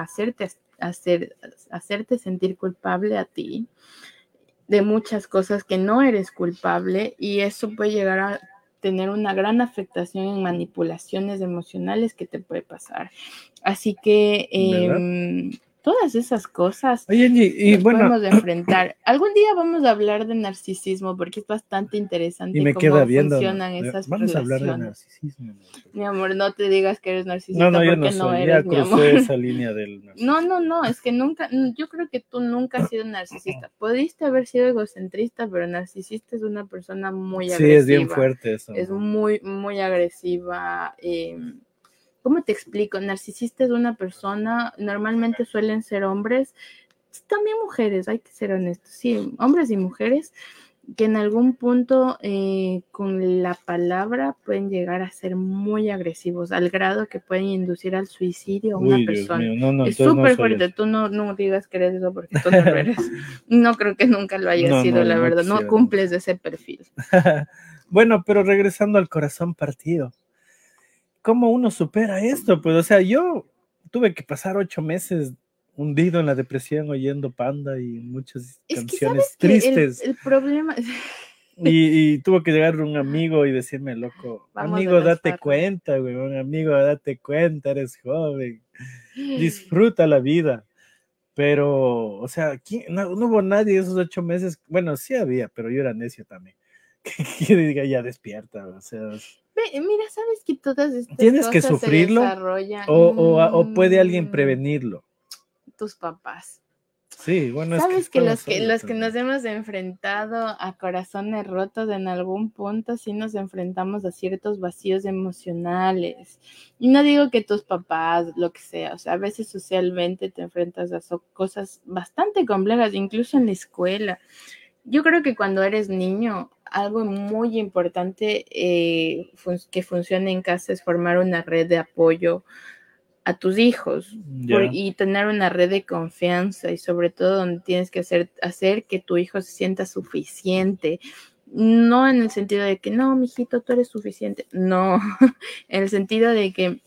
hacerte sentir culpable a ti de muchas cosas que no eres culpable, y eso puede llegar a tener una gran afectación en manipulaciones emocionales que te puede pasar. Así que todas esas cosas podemos enfrentar. Algún día vamos a hablar de narcisismo porque es bastante interesante cómo funcionan esas vamos relaciones. A hablar de narcisismo. Mi amor, no te digas que eres narcisista. No, porque yo no soy, eres, ya crucé esa línea del narcisismo. No, es que nunca, yo creo que tú nunca has sido narcisista. Pudiste haber sido egocentrista, pero narcisista es una persona muy agresiva. Sí, es bien fuerte eso. Es muy, muy agresiva. ¿Cómo te explico? Narcisista es una persona, normalmente suelen ser hombres, también mujeres, hay que ser honestos, sí, hombres y mujeres, que en algún punto con la palabra pueden llegar a ser muy agresivos, al grado que pueden inducir al suicidio a una persona. Dios mío. No, es súper fuerte, tú no digas que eres eso porque tú no lo eres. No creo que nunca lo hayas sido, la verdad, no cumples ese perfil. Bueno, pero regresando al corazón partido, ¿cómo uno supera esto? Pues, o sea, yo tuve que pasar 8 meses hundido en la depresión oyendo Panda y muchas canciones tristes. El problema... Y tuvo que llegar un amigo y decirme, loco, amigo, date cuenta, güey, amigo, date cuenta, eres joven, disfruta la vida. Pero, o sea, no hubo nadie esos 8 meses, bueno, sí había, pero yo era necio también, que diga, ya despierta, o sea... Mira, sabes que todas estas ¿tienes cosas que sufrirlo se desarrollan... o puede alguien prevenirlo? Tus papás. Sí, bueno, sabes es que los que nos hemos enfrentado a corazones rotos en algún punto, sí nos enfrentamos a ciertos vacíos emocionales. Y no digo que tus papás, lo que sea, o sea, a veces socialmente te enfrentas a cosas bastante complejas, incluso en la escuela. Yo creo que cuando eres niño, algo muy importante que funcione en casa es formar una red de apoyo a tus hijos y tener una red de confianza, y sobre todo donde tienes que hacer que tu hijo se sienta suficiente. No en el sentido de que no, mijito, tú eres suficiente. No, en el sentido de que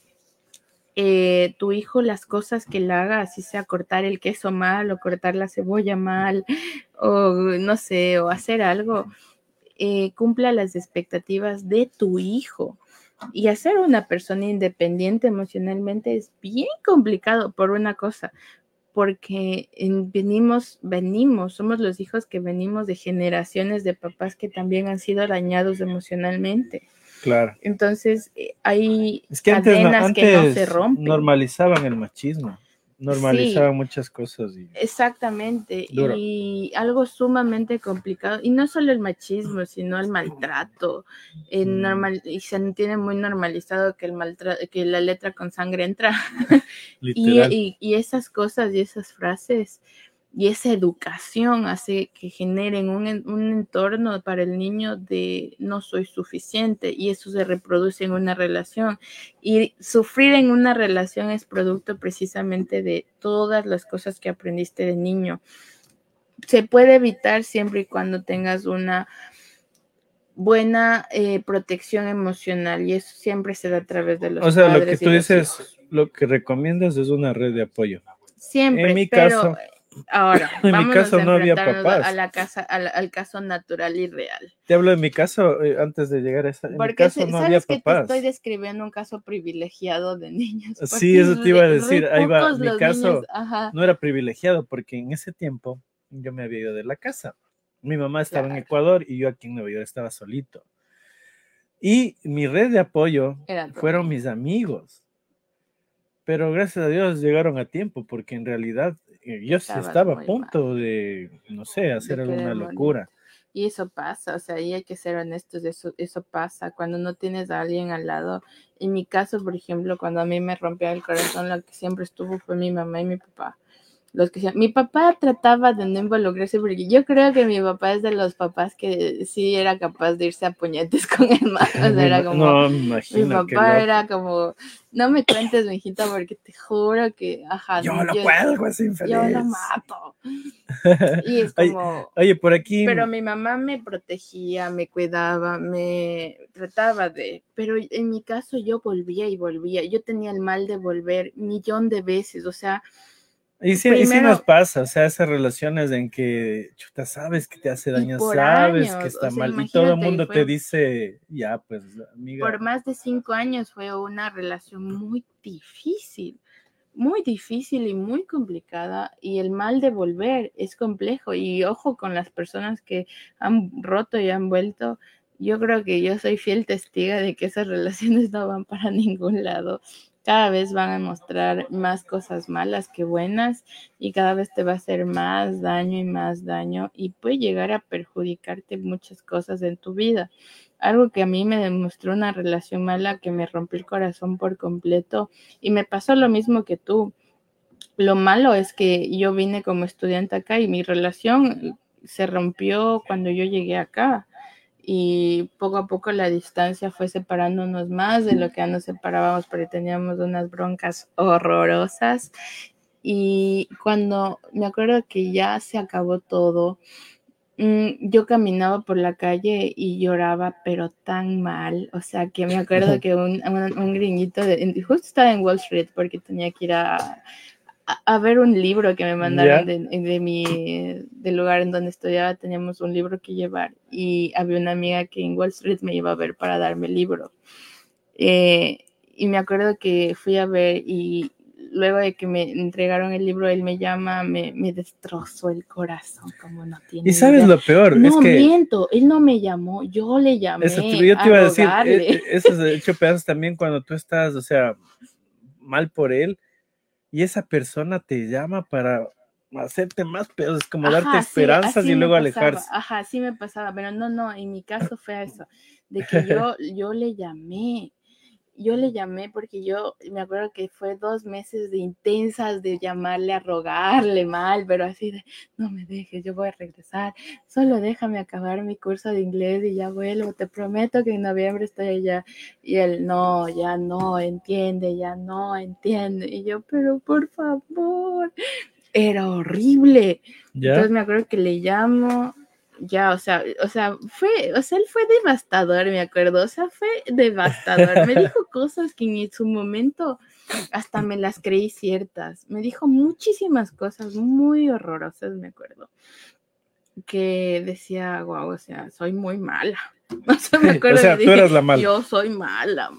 tu hijo, las cosas que le haga, así sea cortar el queso mal o cortar la cebolla mal o no sé, o hacer algo, cumpla las expectativas de tu hijo. Y hacer una persona independiente emocionalmente es bien complicado por una cosa, porque somos los hijos que venimos de generaciones de papás que también han sido dañados emocionalmente. Claro. Entonces, hay cadenas que no se rompen. Normalizaban el machismo. Normalizaban muchas cosas. Exactamente. Duro. Y algo sumamente complicado, y no solo el machismo, sino el maltrato. Y se tiene muy normalizado que que la letra con sangre entra. y esas cosas y esas frases y esa educación hace que generen un entorno para el niño de no soy suficiente, y eso se reproduce en una relación, y sufrir en una relación es producto precisamente de todas las cosas que aprendiste de niño. Se puede evitar siempre y cuando tengas una buena protección emocional, y eso siempre se da a través de los padres. O sea, lo que tú dices, lo que recomiendas es una red de apoyo. Siempre, en mi caso... Ahora, en mi caso no había papás. Al caso natural y real. Te hablo de mi caso antes de llegar a esa. En mi caso no había papás. Porque te estoy describiendo un caso privilegiado de niños. Sí, eso te iba a decir. Ahí va. Mi caso no era privilegiado porque en ese tiempo yo me había ido de la casa. Mi mamá estaba en Ecuador y yo aquí en Nueva York estaba solito. Y mi red de apoyo fueron mis amigos. Pero gracias a Dios llegaron a tiempo, porque en realidad yo sí estaba a punto de, no sé, hacer alguna locura. Y eso pasa, o sea, y hay que ser honestos, eso pasa cuando no tienes a alguien al lado. En mi caso, por ejemplo, cuando a mí me rompió el corazón, lo que siempre estuvo fue mi mamá y mi papá. los que mi papá trataba de no involucrarse porque yo creo que mi papá es de los papás que sí era capaz de irse a puñetes con hermanos. Era como, no, me imagino, mi papá era como, no me cuentes, mijita, porque te juro que, ajá, yo lo cuelgo, es infeliz. Yo lo mato. Y es como, oye, por aquí. Pero mi mamá me protegía, me cuidaba, me trataba de, pero en mi caso yo volvía y volvía. Yo tenía el mal de volver 1,000,000 de veces, o sea. Y sí nos pasa, o sea, esas relaciones en que, chuta, sabes que te hace daño, sabes que está mal, y todo el mundo te dice, ya, pues, amiga. Por más de 5 años fue una relación muy difícil y muy complicada, y el mal de volver es complejo, y ojo con las personas que han roto y han vuelto. Yo creo que yo soy fiel testiga de que esas relaciones no van para ningún lado. Cada vez van a mostrar más cosas malas que buenas, y cada vez te va a hacer más daño, y puede llegar a perjudicarte muchas cosas en tu vida. Algo que a mí me demostró una relación mala que me rompió el corazón por completo, y me pasó lo mismo que tú. Lo malo es que yo vine como estudiante acá y mi relación se rompió cuando yo llegué acá. Y poco a poco la distancia fue separándonos más de lo que ya nos separábamos, porque teníamos unas broncas horrorosas. Y cuando me acuerdo que ya se acabó todo, yo caminaba por la calle y lloraba, pero tan mal. O sea, que me acuerdo que un gringuito, justo estaba en Wall Street porque tenía que ir a ver un libro que me mandaron del lugar en donde estudiaba. Teníamos un libro que llevar, y había una amiga que en Wall Street me iba a ver para darme el libro. Y me acuerdo que fui a ver, y luego de que me entregaron el libro, él me llama, me destrozó el corazón, como no tiene. Y sabes lo peor, no, es que miento, él no me llamó, yo le llamé. Eso yo te iba a decir, eso es hecho pedazos también cuando tú estás, o sea, mal por él, y esa persona te llama para hacerte más pedazos, es como darte esperanzas y luego alejarse. Ajá, sí me pasaba, pero no, en mi caso fue eso, de que yo le llamé. Yo le llamé porque yo me acuerdo que fue 2 meses de intensas de llamarle a rogarle mal, pero así de, no me dejes, yo voy a regresar, solo déjame acabar mi curso de inglés y ya vuelvo, te prometo que en noviembre estoy allá. Y él, ya no entiende. Y yo, pero por favor, era horrible. ¿Ya? Entonces me acuerdo que le llamo. Ya, o sea, él fue devastador, me acuerdo, fue devastador. Me dijo cosas que en su momento hasta me las creí ciertas. Me dijo muchísimas cosas muy horrorosas, me acuerdo. Que decía, wow, o sea, soy muy mala. Me acuerdo, o sea, tú eras la mala. Yo soy mala.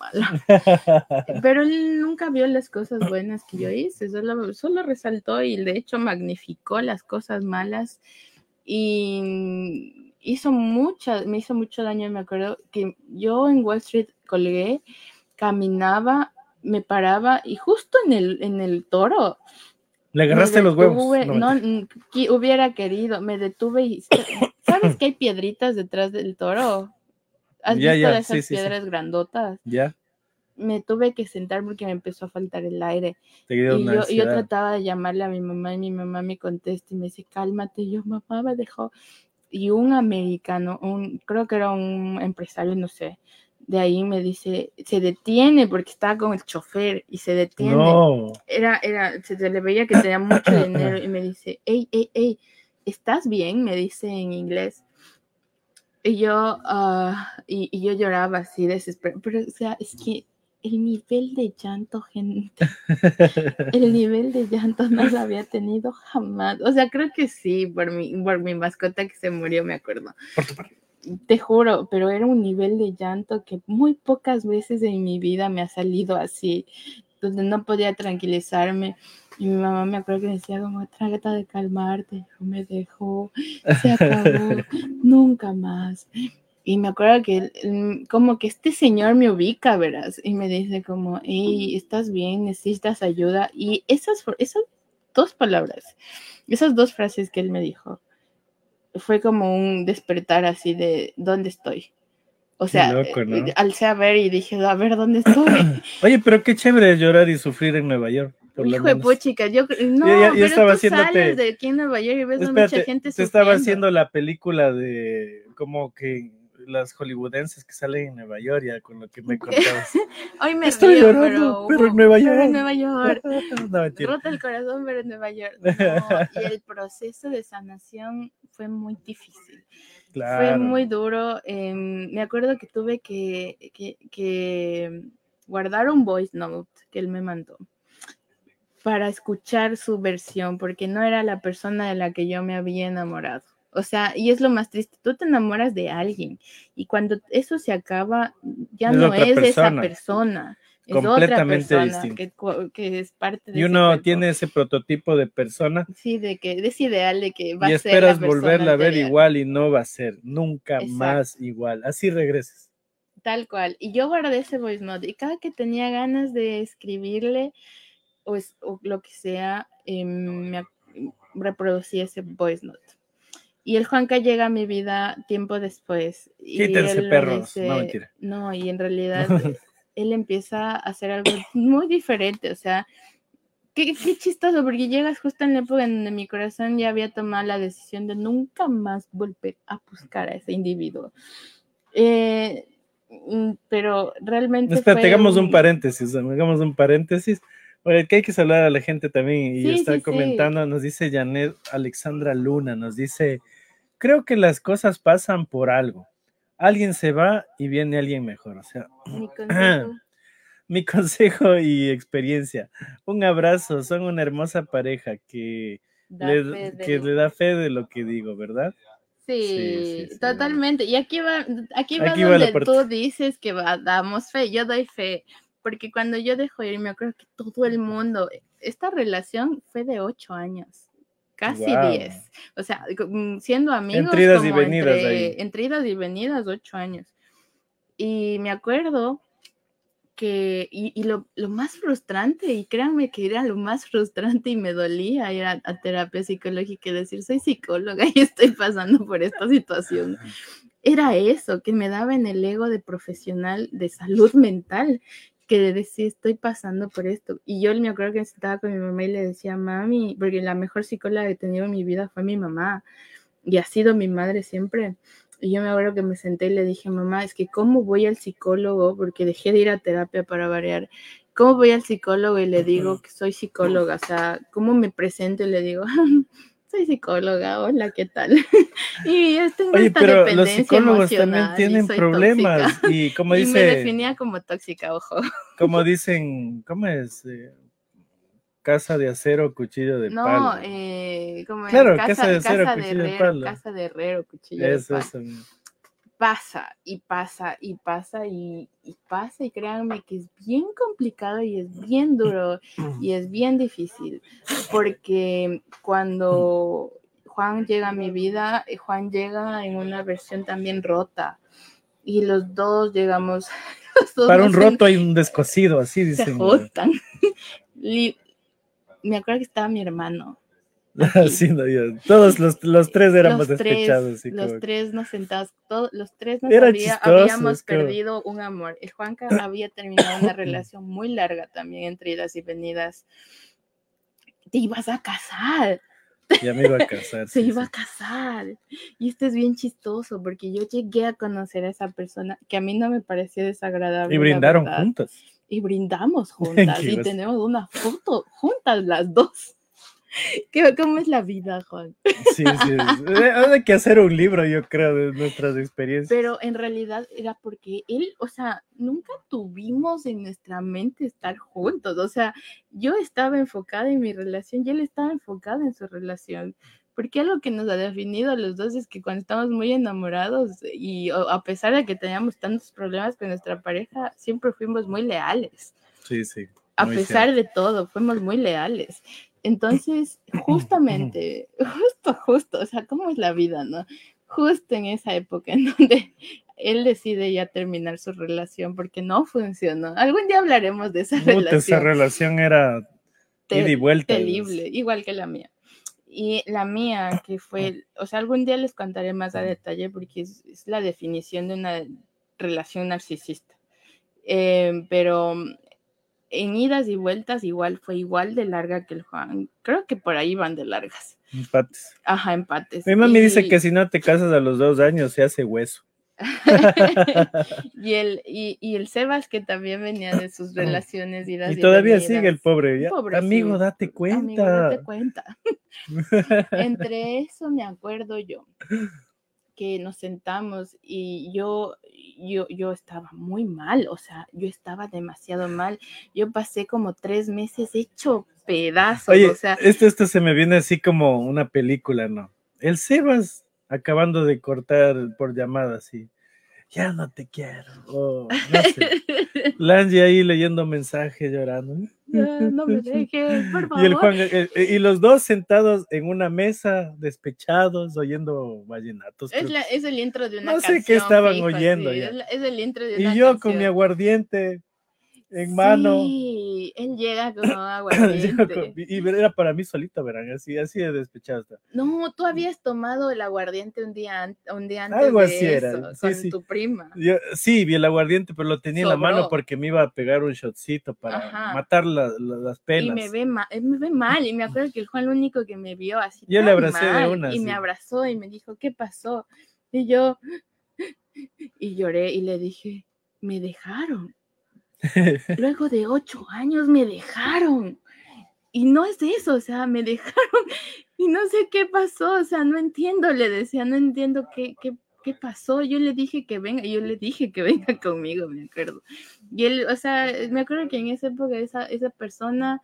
Pero él nunca vio las cosas buenas que yo hice, solo resaltó y de hecho magnificó las cosas malas. Y me hizo mucho daño. Me acuerdo que yo en Wall Street colgué, caminaba, me paraba y justo en el toro. Le agarraste los huevos. No, hubiera querido, me detuve y ¿sabes que hay piedritas detrás del toro? ¿Has visto esas piedras grandotas? Ya. Me tuve que sentar porque me empezó a faltar el aire. Y yo trataba de llamarle a mi mamá, y mi mamá me contesta y me dice, cálmate. Y yo, mamá, me dejó. Y un americano, creo que era un empresario, no sé, de ahí me dice, se detiene porque estaba con el chofer y se detiene. No. Se le veía que tenía mucho dinero y me dice, hey, ¿estás bien? Me dice en inglés. Y yo, y yo lloraba así desesperada. Pero, o sea, es que el nivel de llanto, gente, el nivel de llanto no lo había tenido jamás. O sea, creo que sí, por mi mascota que se murió, me acuerdo. Te juro, pero era un nivel de llanto que muy pocas veces en mi vida me ha salido así, donde no podía tranquilizarme. Y mi mamá me acuerdo que decía como, trata de calmarte. Yo me dejó, se acabó, nunca más. Y me acuerdo que como que este señor me ubica, verás, y me dice como, hey, ¿estás bien? ¿Necesitas ayuda? Y esas 2 palabras, esas 2 frases que él me dijo, fue como un despertar así de, ¿dónde estoy? O sea, loco, ¿no? Alcé a ver y dije, a ver, ¿dónde estoy? Oye, pero qué chévere es llorar y sufrir en Nueva York. por lo Hijo de menos. puchica, no, Yo pero estaba tú haciéndote... sales de aquí en Nueva York y ves a Espérate, mucha gente te estaba sufriendo. haciendo la película de como que las hollywoodenses que salen en Nueva York, ya con lo que me contabas. Hoy me Estoy río, llorando, pero en Nueva pero en York. Nueva York. No, mentira. Rota el corazón, pero en Nueva York. No, y el proceso de sanación fue muy difícil. Claro. Fue muy duro. Me acuerdo que tuve que guardar un voice note que él me mandó para escuchar su versión, porque no era la persona de la que yo me había enamorado. O sea, y es lo más triste, tú te enamoras de alguien y cuando eso se acaba, ya no es esa persona, es completamente otra persona que es parte de y uno tiene ese prototipo de persona. Sí, de que es ideal de que va y a ser la persona volverla a ver anterior. igual y no va a ser nunca más igual. Así regreses. Tal cual. Y yo guardé ese voice note y cada que tenía ganas de escribirle o lo que sea, me reproducía ese voice note. Y el Juanca llega a mi vida tiempo después. Quítense, perros. No, mentira. No, y en realidad él empieza a hacer algo muy diferente. O sea, qué chistoso, porque llegas justo en la época en donde mi corazón ya había tomado la decisión de nunca más volver a buscar a ese individuo. Pero realmente espera, hagamos un paréntesis, porque hay que saludar a la gente también y está comentando, nos dice Janet Alexandra Luna, nos dice, creo que las cosas pasan por algo, alguien se va y viene alguien mejor, o sea, mi consejo y experiencia, un abrazo, son una hermosa pareja que le da fe de lo que digo, ¿verdad? Sí, totalmente. Y aquí va donde tú dices que damos fe, yo doy fe, porque cuando yo dejo ir, me acuerdo que todo el mundo, esta relación fue de 8 años, casi 10, o sea, siendo amigos, entre idas y venidas, entre idas y venidas, 8 años. Y me acuerdo que, y lo más frustrante, y créanme que era lo más frustrante y me dolía ir a terapia psicológica y decir, soy psicóloga y estoy pasando por esta situación. Era eso, que me daba en el ego de profesional de salud mental, que decía, estoy pasando por esto. Y yo me acuerdo que estaba con mi mamá y le decía, mami, porque la mejor psicóloga que he tenido en mi vida fue mi mamá, y ha sido mi madre siempre. Y yo me acuerdo que me senté y le dije, mamá, es que ¿cómo voy al psicólogo? Porque dejé de ir a terapia para variar. ¿Cómo voy al psicólogo y le digo que soy psicóloga? O sea, ¿cómo me presento y le digo, soy psicóloga, hola, ¿qué tal? Y tengo esta pero dependencia los psicólogos también tienen problemas. Tóxica. Y como dice... Y me definía como tóxica, ojo. Como dicen, ¿cómo es? Casa de acero, cuchillo de palo. Como claro, casa de acero, cuchillo de palo. Casa de herrero, cuchillo de palo. Eso. Pasa y pasa y pasa y pasa, y créanme que es bien complicado y es bien duro y es bien difícil, porque cuando Juan llega a mi vida, Juan llega en una versión también rota y los dos llegamos... Para un roto hay un descosido, así dicen. Se juntan. Me acuerdo que estaba mi hermano. Sí, no, todos los tres éramos despechados. Los tres nos sentados, los tres nos habíamos perdido un amor. El Juanca había terminado una relación muy larga también, entre idas y venidas. Te ibas a casar. Ya me iba a casar. Se iba a casar. Y esto es bien chistoso, porque yo llegué a conocer a esa persona que a mí no me pareció desagradable. Y brindaron juntas. Y brindamos juntas. Y tenemos una foto juntas las dos. ¿Cómo es la vida, Juan? Sí. Hay que hacer un libro, yo creo, de nuestras experiencias. Pero en realidad era porque él, o sea, nunca tuvimos en nuestra mente estar juntos. O sea, yo estaba enfocada en mi relación y él estaba enfocado en su relación. Porque algo que nos ha definido a los dos es que cuando estamos muy enamorados y a pesar de que teníamos tantos problemas con nuestra pareja, siempre fuimos muy leales. Sí. A pesar de todo, fuimos muy leales. Entonces, justamente, justo, o sea, ¿cómo es la vida, no? Justo en esa época en donde él decide ya terminar su relación porque no funcionó. Algún día hablaremos de esa relación. Esa relación era ida y vuelta. Terrible, igual que la mía. Y la mía, que fue, o sea, algún día les contaré más a detalle porque es la definición de una relación narcisista. Pero en idas y vueltas igual fue igual de larga que el Juan. Creo que por ahí van de largas. Empates. Ajá, empates. Mi mami dice que si no te casas a los 2 años se hace hueso. y el Sebas, que también venía de sus relaciones idas y todavía venidas. sigue el pobre. Ya. Pobre, Amigo, sí. date cuenta. Amigo, date cuenta. Entre eso me acuerdo yo que nos sentamos y yo estaba muy mal, o sea, yo estaba demasiado mal. Yo pasé como 3 meses hecho pedazos. Oye, o sea, esto se me viene así como una película, ¿no? El Sebas acabando de cortar por llamada, así. Ya no te quiero. No sé. Lange ahí leyendo mensajes, llorando. No me dejes, por favor. Y el Juan, y los dos sentados en una mesa, despechados, oyendo vallenatos. Es el intro de una canción. canción. No sé qué estaban fijo, oyendo sí, ya. Es el intro de una Y yo canción. con mi aguardiente en mano. Sí, él llega con aguardiente. Y era para mí solito, verán, así de despechado. No, tú habías tomado el aguardiente un día antes. Algo de así eso, era. con Sí. tu prima. Sí, vi el aguardiente, pero lo tenía en la mano porque me iba a pegar un shotcito para matar las penas. Y me ve mal, y me acuerdo que el Juan, lo único que me vio así. Yo le abracé mal, de una. Y sí. me abrazó y me dijo, ¿qué pasó? Y yo, y lloré y le dije, me dejaron. Luego de 8 años me dejaron. Y no es eso, o sea, me dejaron y no sé qué pasó, o sea, no entiendo, le decía, no entiendo qué pasó. Yo le dije que venga conmigo, me acuerdo. Y él, o sea, me acuerdo que en esa época esa persona,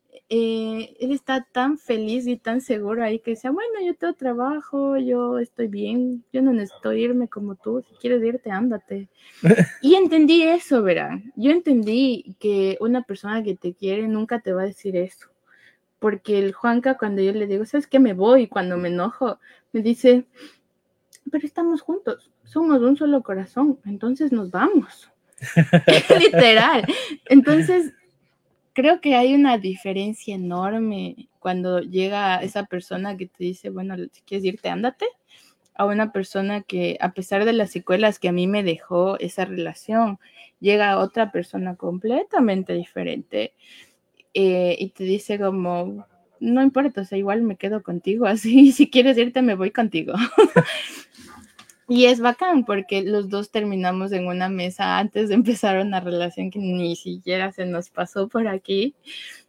él está tan feliz y tan seguro ahí que decía, bueno, yo tengo trabajo, yo estoy bien, yo no necesito irme como tú, si quieres irte, ándate. Y entendí eso, verán, yo entendí que una persona que te quiere nunca te va a decir eso, porque el Juanca, cuando yo le digo, ¿sabes qué? Me voy, cuando me enojo, me dice, pero estamos juntos, somos un solo corazón, entonces nos vamos. Literal. Entonces, creo que hay una diferencia enorme cuando llega esa persona que te dice, bueno, si quieres irte, ándate, a una persona que, a pesar de las secuelas que a mí me dejó esa relación, llega a otra persona completamente diferente y te dice como, no importa, o sea, igual me quedo contigo, así, si quieres irte, me voy contigo. Y es bacán porque los dos terminamos en una mesa antes de empezar una relación que ni siquiera se nos pasó por aquí.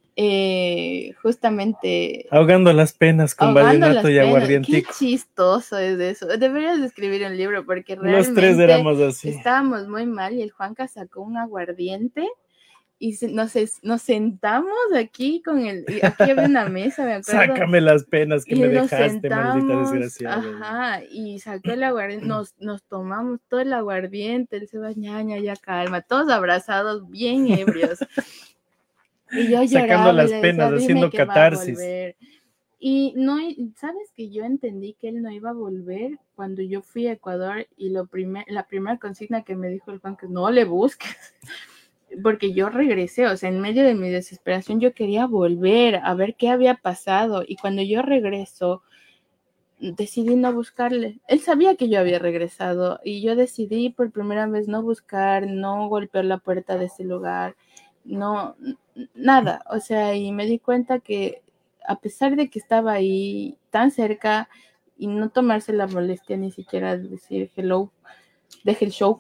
Justamente ahogando las penas con vallenato y aguardientico. Qué chistoso es eso. Deberías escribir un libro porque realmente los tres éramos así. Estábamos muy mal y el Juanca sacó un aguardiente y nos sentamos aquí aquí había una mesa, me acuerdo. Sácame las penas que me dejaste, sentamos, maldita desgraciada. Ajá, y saqué el aguardiente, nos tomamos todo el aguardiente, él se va, ñaña, ya calma, todos abrazados, bien ebrios. Y yo sacando lloraba, las penas, haciendo catarsis. Y no, ¿sabes que yo entendí que él no iba a volver cuando yo fui a Ecuador? Y la primera consigna que me dijo el Juan, que no le busques, porque yo regresé, o sea, en medio de mi desesperación yo quería volver a ver qué había pasado, y cuando yo regreso decidí no buscarle. Él sabía que yo había regresado y yo decidí por primera vez no buscar, no golpear la puerta de ese lugar, no, nada, o sea, y me di cuenta que a pesar de que estaba ahí tan cerca y no tomarse la molestia ni siquiera de decir hello, deje el show,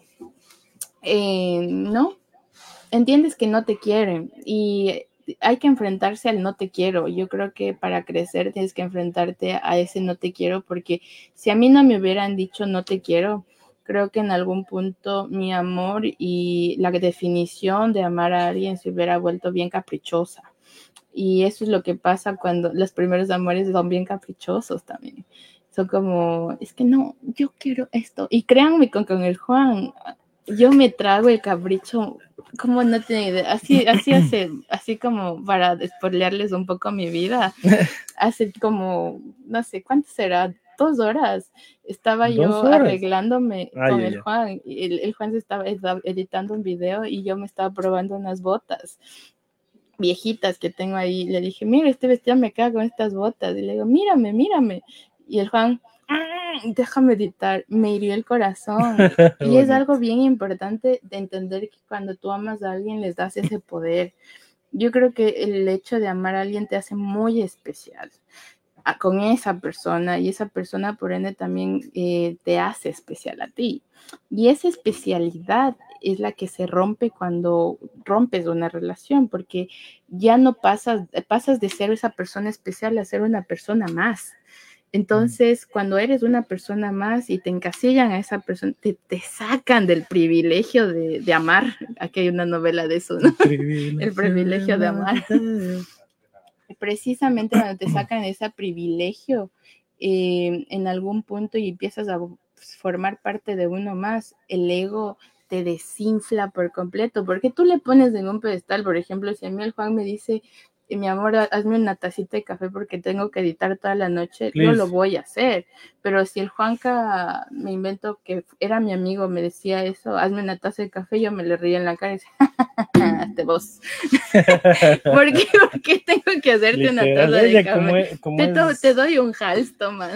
no, entiendes que no te quieren y hay que enfrentarse al no te quiero. Yo creo que para crecer tienes que enfrentarte a ese no te quiero, porque si a mí no me hubieran dicho no te quiero, creo que en algún punto mi amor y la definición de amar a alguien se hubiera vuelto bien caprichosa. Y eso es lo que pasa cuando los primeros amores son bien caprichosos también. Son como, es que no, yo quiero esto. Y créanme, con el Juan, yo me trago el capricho, como no tiene idea, así como para spoilearles un poco mi vida, hace como, no sé, ¿cuánto será? 2 horas, estaba yo arreglándome con el Juan, y el Juan se estaba editando un video y yo me estaba probando unas botas viejitas que tengo ahí, le dije, mira, este vestido me queda con estas botas, y le digo, mírame, y el Juan, déjame editar, me hirió el corazón. Y es algo bien importante de entender que cuando tú amas a alguien les das ese poder. Yo creo que el hecho de amar a alguien te hace muy especial con esa persona, y esa persona por ende también te hace especial a ti. Y esa especialidad es la que se rompe cuando rompes una relación, porque ya no pasas de ser esa persona especial a ser una persona más. Entonces, cuando eres una persona más y te encasillan a esa persona, te sacan del privilegio de amar. Aquí hay una novela de eso, ¿no? El privilegio de amar. Precisamente cuando te sacan ese privilegio en algún punto y empiezas a formar parte de uno más, el ego te desinfla por completo, porque tú le pones en un pedestal. Por ejemplo, si a mí el Juan me dice, mi amor, hazme una tacita de café porque tengo que editar toda la noche, yo lo voy a hacer. Pero si el Juanca, me invento que era mi amigo, me decía eso, hazme una taza de café, yo me le reía en la cara y decía, hazte vos. ¿Por qué tengo que hacerte Literal, una taza de café? Te doy un hals, Tomás.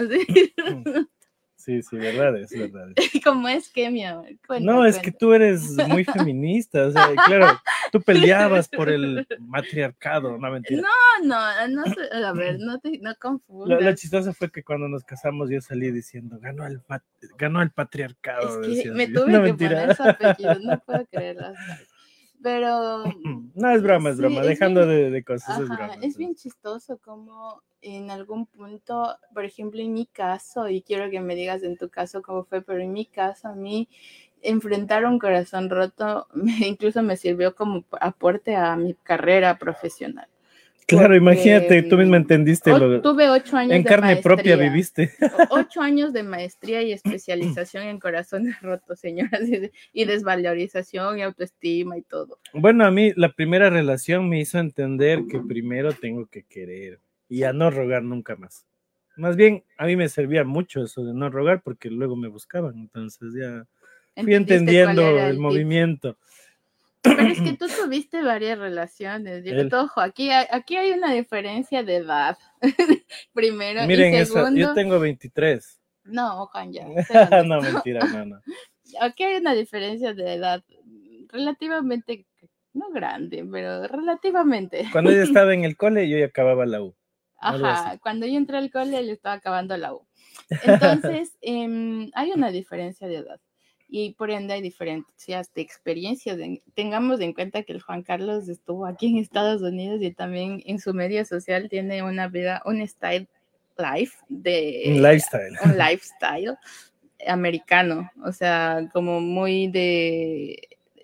Sí, verdad es. ¿Cómo es que, mi amor? Cuenta. Es que tú eres muy feminista, o sea, claro, tú peleabas por el matriarcado, no, mentira. No, a ver, no confundas. Lo chistoso fue que cuando nos casamos yo salí diciendo, ganó el patriarcado. Es que me tuve que poner su apellido, no puedo creerlo. Pero... No, es broma, sí, dejando bien, de cosas, ajá, es broma. Es bien chistoso como en algún punto, por ejemplo, en mi caso, y quiero que me digas en tu caso cómo fue, pero en mi caso, a mí enfrentar un corazón roto incluso me sirvió como aporte a mi carrera profesional. Claro, porque, imagínate, tú mismo entendiste. Tuve 8 años en de carne maestría, propia viviste. 8 años de maestría y especialización en corazones rotos, señoras, y desvalorización y autoestima y todo. Bueno, a mí la primera relación me hizo entender que primero tengo que querer y a no rogar nunca más. Más bien, a mí me servía mucho eso de no rogar porque luego me buscaban, entonces ya fui entendiendo el movimiento. Pero es que tú tuviste varias relaciones. Ojo, aquí hay una diferencia de edad. Primero. Miren, y segundo, yo tengo 23. No, Juan, ya. No, mentira, no. Aquí hay una diferencia de edad relativamente, no grande, pero relativamente. Cuando ella estaba en el cole, yo ya acababa la U. Ajá, cuando yo entré al cole, él estaba acabando la U. Entonces, hay una diferencia de edad. Y por ende hay diferencias de experiencias. Tengamos en cuenta que el Juan Carlos estuvo aquí en Estados Unidos y también en su medio social tiene una vida, un style life un lifestyle americano, o sea, como muy de...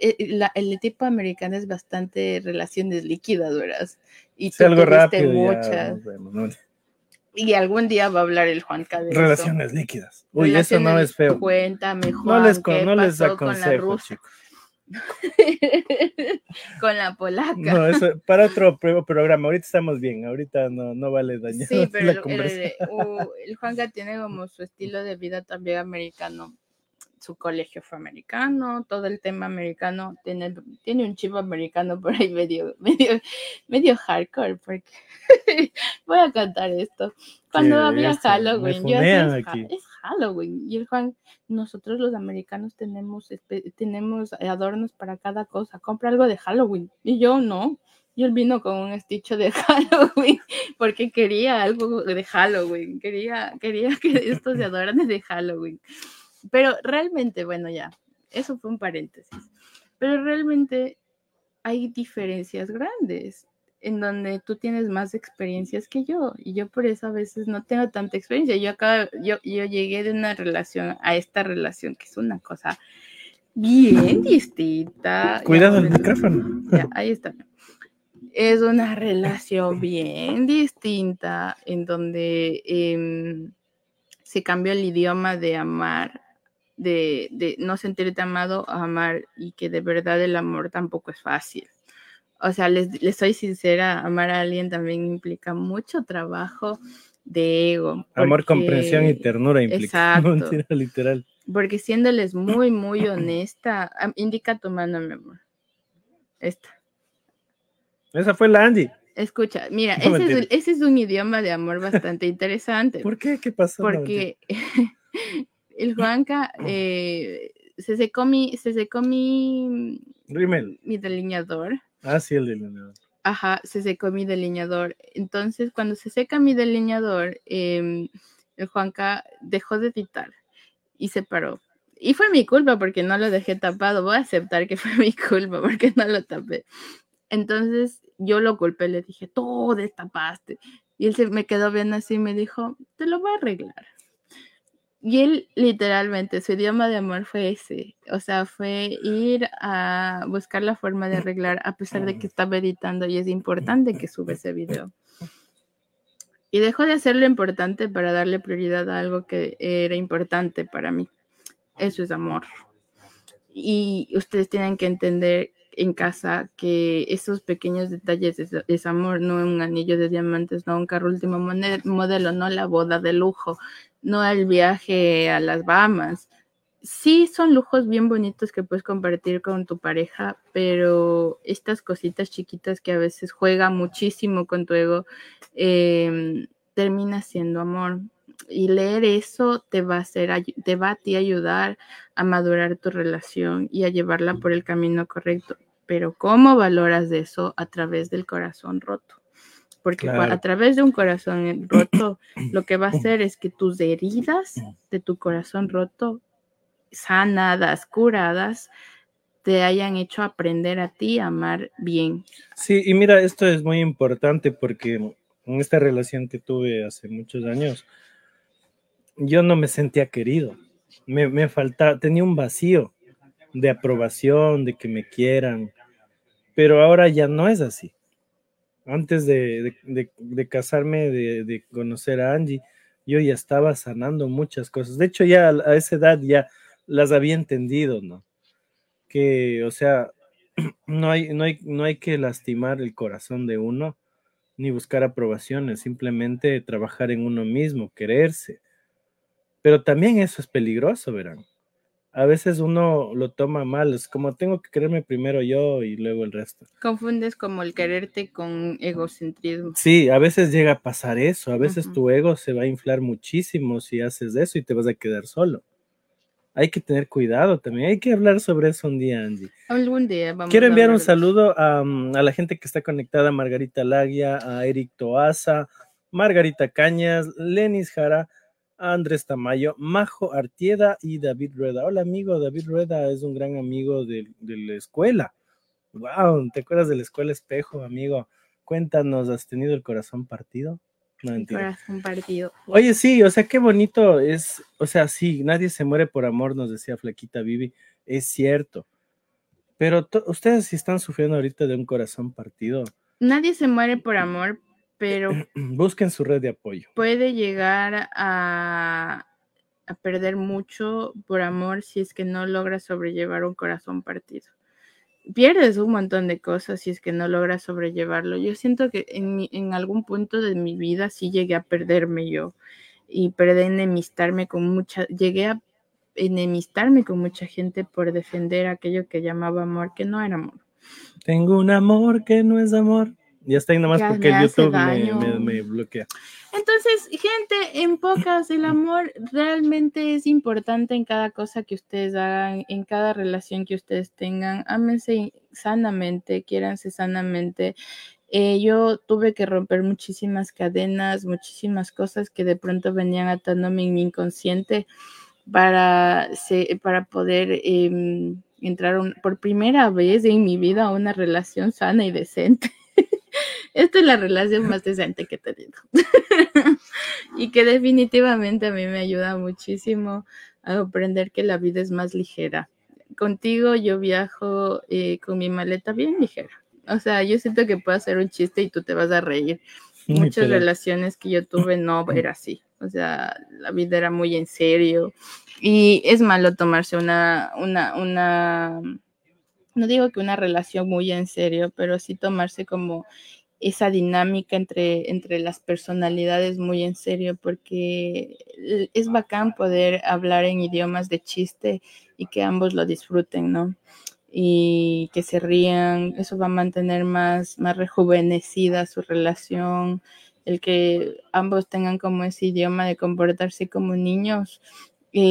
el tipo americano es bastante relaciones líquidas, ¿verdad? Y tú algo rápido, muchas. No. Y algún día va a hablar el Juanca de relaciones eso. Líquidas. Uy, eso no es feo. Cuéntame, Juan, no les aconsejo, chicos. Con la polaca. No, eso para otro programa. Ahorita estamos bien, ahorita no vale dañar. Sí, pero el Juanca tiene como su estilo de vida también americano. Su colegio fue americano, todo el tema americano, tiene un chip americano por ahí medio hardcore, porque voy a contar esto. Cuando había Halloween, yo es Halloween, y el Juan, nosotros los americanos tenemos adornos para cada cosa, compra algo de Halloween, y yo no. Y él vino con un esticho de Halloween porque quería algo de Halloween, quería que esto se adorne de Halloween. Pero realmente, bueno, ya, eso fue un paréntesis. Pero realmente hay diferencias grandes en donde tú tienes más experiencias que yo. Y yo por eso a veces no tengo tanta experiencia. Yo llegué de una relación a esta relación, que es una cosa bien distinta. Cuidado el micrófono. Ya, ahí está. Es una relación bien distinta en donde se cambió el idioma de amar, de no sentirte amado a amar, y que de verdad el amor tampoco es fácil. O sea, les soy sincera, amar a alguien también implica mucho trabajo de ego. Amor, comprensión y ternura implica. Exacto. Mentira, literal. Porque siéndoles muy, muy honesta, indica tu mano, mi amor. Esta. Esa fue la Angie. Escucha, mira, ese es un idioma de amor bastante interesante. ¿Por qué? ¿Qué pasó? Porque el Juanca se secó mi rímel. Mi delineador. Ah, sí, el delineador. Ajá, se secó mi delineador. Entonces, cuando se seca mi delineador, el Juanca dejó de editar y se paró. Y fue mi culpa porque no lo dejé tapado. Voy a aceptar que fue mi culpa porque no lo tapé. Entonces yo lo culpé, le dije, tú destapaste. Y él se me quedó viendo así y me dijo, te lo voy a arreglar. Y él literalmente, su idioma de amor fue ese. O sea, fue ir a buscar la forma de arreglar a pesar de que estaba editando y es importante que sube ese video. Y dejó de hacer lo importante para darle prioridad a algo que era importante para mí. Eso es amor. Y ustedes tienen que entender en casa que esos pequeños detalles es amor, no un anillo de diamantes, no un carro último modelo, no la boda de lujo, no el viaje a las Bahamas. Sí, son lujos bien bonitos que puedes compartir con tu pareja, pero estas cositas chiquitas que a veces juegan muchísimo con tu ego, termina siendo amor. Y leer eso te va a ti ayudar a madurar tu relación y a llevarla por el camino correcto. Pero ¿cómo valoras eso? A través del corazón roto. Porque Claro. a través de un corazón roto, lo que va a hacer es que tus heridas de tu corazón roto, sanadas, curadas, te hayan hecho aprender a ti a amar bien. Sí, y mira, esto es muy importante porque en esta relación que tuve hace muchos años, yo no me sentía querido. Me faltaba, tenía un vacío de aprobación, de que me quieran, pero ahora ya no es así. Antes de casarme, de conocer a Angie, yo ya estaba sanando muchas cosas. De hecho, ya a esa edad ya las había entendido, ¿no? Que, o sea, no hay que lastimar el corazón de uno, ni buscar aprobaciones, simplemente trabajar en uno mismo, quererse. Pero también eso es peligroso, verán. A veces uno lo toma mal, es como tengo que quererme primero yo y luego el resto. Confundes como el quererte con egocentrismo. Sí, a veces llega a pasar eso, a veces tu ego se va a inflar muchísimo si haces eso y te vas a quedar solo. Hay que tener cuidado también, hay que hablar sobre eso un día, Angie. Algún día vamos Quiero a enviar un hablar de eso. saludo a la gente que está conectada, Margarita Lagia, a Eric Toaza, Margarita Cañas, Lenis Jara, a Andrés Tamayo, Majo Artieda y David Rueda. Hola amigo, David Rueda es un gran amigo de la escuela. Wow, ¿te acuerdas de la escuela Espejo, amigo? Cuéntanos, ¿has tenido el corazón partido? No, El mentira. corazón partido. Oye, sí, o sea, qué bonito es, o sea, sí, nadie se muere por amor, nos decía Flaquita Vivi, es cierto. Pero ustedes sí están sufriendo ahorita de un corazón partido. Nadie se muere por amor, pero busquen su red de apoyo. Puede llegar a perder mucho por amor si es que no logras sobrellevar un corazón partido. Pierdes un montón de cosas si es que no logras sobrellevarlo. Yo siento que en algún punto de mi vida sí llegué a perderme yo y llegué a enemistarme con mucha gente por defender aquello que llamaba amor, que no era amor. Tengo un amor que no es amor. Ya está ahí nomás Ya porque el YouTube me bloquea. Entonces, gente, en pocas, el amor realmente es importante en cada cosa que ustedes hagan, en cada relación que ustedes tengan. Ámense sanamente, quiéranse sanamente. Yo tuve que romper muchísimas cadenas, muchísimas cosas que de pronto venían atándome en mi inconsciente para poder entrar por primera vez en mi vida a una relación sana y decente. Esta es la relación más decente que he tenido. Y que definitivamente a mí me ayuda muchísimo a aprender que la vida es más ligera. Contigo yo viajo con mi maleta bien ligera. O sea, yo siento que puedo hacer un chiste y tú te vas a reír. Muchas relaciones que yo tuve no era así. O sea, la vida era muy en serio. Y es malo tomarse no digo que una relación muy en serio, pero sí tomarse como esa dinámica entre las personalidades muy en serio, porque es bacán poder hablar en idiomas de chiste y que ambos lo disfruten, ¿no? Y que se rían, eso va a mantener más rejuvenecida su relación, el que ambos tengan como ese idioma de comportarse como niños.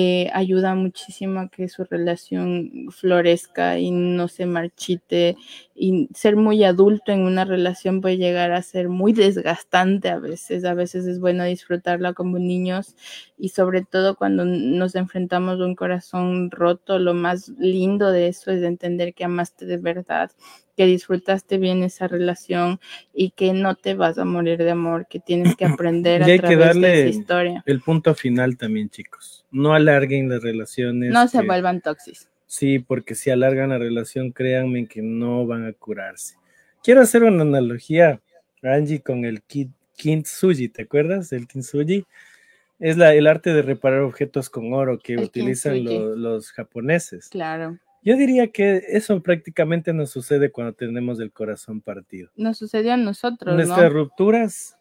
Ayuda muchísimo a que su relación florezca y no se marchite y ser muy adulto en una relación puede llegar a ser muy desgastante a veces es bueno disfrutarla como niños y sobre todo cuando nos enfrentamos a un corazón roto, lo más lindo de eso es entender que amaste de verdad, que disfrutaste bien esa relación y que no te vas a morir de amor, que tienes que aprender Y a hay que través de esa darle historia. el punto final también, chicos. No alarguen las relaciones. No se vuelvan tóxicos. Sí, porque si alargan la relación, créanme que no van a curarse. Quiero hacer una analogía, Angie, con el kintsugi, ¿te acuerdas del kintsugi? Es el arte de reparar objetos con oro que El utilizan kintsugi. los japoneses. Claro. Yo diría que eso prácticamente nos sucede cuando tenemos el corazón partido. Nos sucedió a nosotros, Nuestras ¿no? rupturas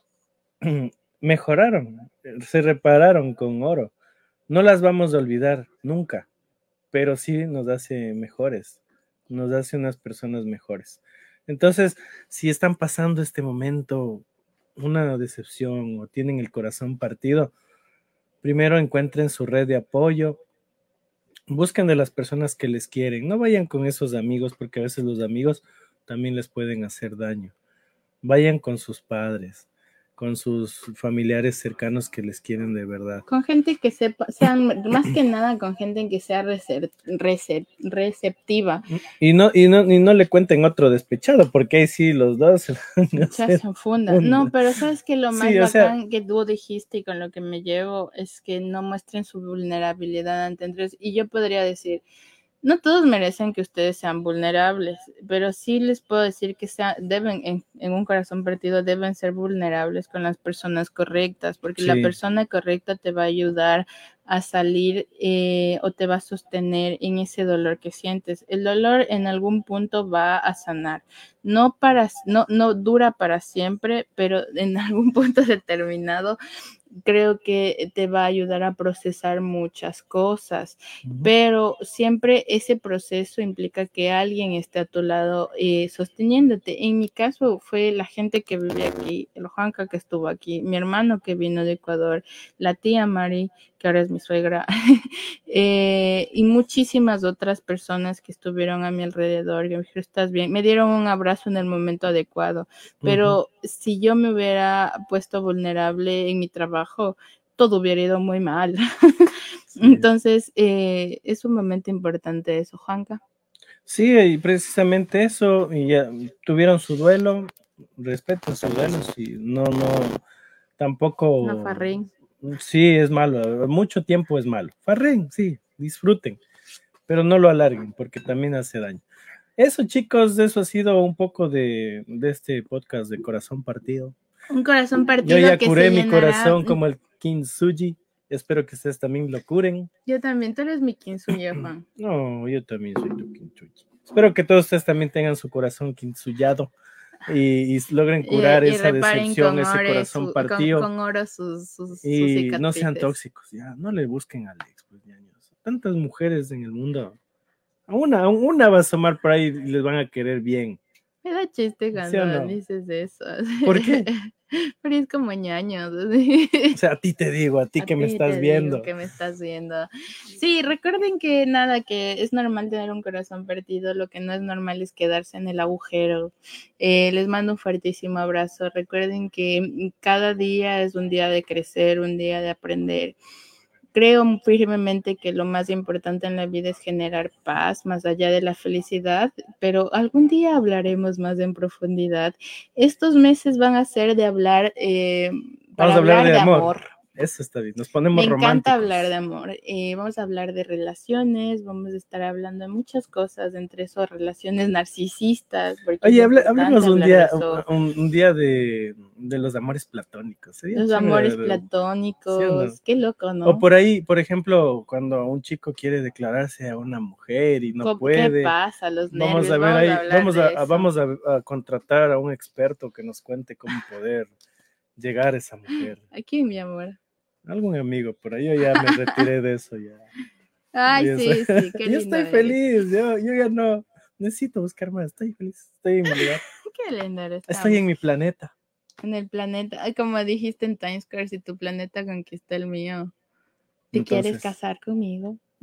mejoraron, se repararon con oro. No las vamos a olvidar nunca, pero sí nos hace mejores, nos hace unas personas mejores. Entonces, si están pasando este momento, una decepción o tienen el corazón partido, primero encuentren su red de apoyo, busquen de las personas que les quieren, no vayan con esos amigos porque a veces los amigos también les pueden hacer daño. Vayan con sus padres, con sus familiares cercanos que les quieren de verdad. Con gente que sean más que nada con gente que sea receptiva. Y no le cuenten otro despechado, porque ahí sí los dos se fundan. No, pero sabes que lo más bacán que tú dijiste y con lo que me llevo es que no muestren su vulnerabilidad ante otros. Y yo podría decir, no todos merecen que ustedes sean vulnerables, pero sí les puedo decir que deben, en un corazón partido, deben ser vulnerables con las personas correctas, porque la persona correcta te va a ayudar a salir o te va a sostener en ese dolor que sientes. El dolor en algún punto va a sanar. No dura para siempre, pero en algún punto determinado creo que te va a ayudar a procesar muchas cosas, pero siempre ese proceso implica que alguien esté a tu lado sosteniéndote. En mi caso fue la gente que vivía aquí, el Juanca que estuvo aquí, mi hermano que vino de Ecuador, la tía Mari, que ahora es mi suegra, y muchísimas otras personas que estuvieron a mi alrededor, que me dijeron, ¿estás bien? Me dieron un abrazo en el momento adecuado, pero si yo me hubiera puesto vulnerable en mi trabajo, todo hubiera ido muy mal. Entonces, es un momento importante eso, Juanca. Sí, y precisamente eso, y ya tuvieron su duelo, respeto su duelo, y tampoco... No farren. Sí, es malo, mucho tiempo es malo. Farren, sí, disfruten, pero no lo alarguen, porque también hace daño. Eso, chicos, eso ha sido un poco de este podcast de Corazón Partido. Un corazón partido. Yo ya curé mi corazón como el kintsugi. Espero que ustedes también lo curen. Yo también, tú eres mi kintsugi, Juan. No, yo también soy tu kintsugi. Espero que todos ustedes también tengan su corazón kintsuyado y logren curar esa decepción, ese corazón partido. Con oro sus y cicatrices. No sean tóxicos, ya, no le busquen al ex, pues, ñaños. Tantas mujeres en el mundo. A una va a asomar por ahí y les van a querer bien. Me da chiste cuando dices eso. ¿Por qué? Pero es como ñaños. O sea, a ti te digo, a ti que me estás viendo. Que me estás viendo. Sí, recuerden que es normal tener un corazón partido, lo que no es normal es quedarse en el agujero. Les mando un fuertísimo abrazo. Recuerden que cada día es un día de crecer, un día de aprender. Creo firmemente que lo más importante en la vida es generar paz, más allá de la felicidad, pero algún día hablaremos más en profundidad. Estos meses van a ser de hablar, para hablar de amor. Eso está bien, nos ponemos románticos. Me encanta hablar de amor. Vamos a hablar de relaciones, vamos a estar hablando de muchas cosas, entre esas relaciones narcisistas. Oye, hablemos un día de los amores platónicos. Los amores platónicos, ¿sí o no? Qué loco, ¿no? O por ahí, por ejemplo, cuando un chico quiere declararse a una mujer y no puede. ¿Qué pasa? Los nervios. Vamos a contratar a un experto que nos cuente cómo poder llegar a esa mujer. ¿A quién, mi amor? Algún amigo, por ahí yo ya me retiré de eso ya. Ay, sí, qué lindo. Yo estoy feliz, yo ya no necesito buscar más, estoy feliz, estoy en mi lugar. Qué lindo eres. Estoy en mi planeta. En el planeta, como dijiste en Times Square, si tu planeta conquista el mío, ¿te quieres casar conmigo?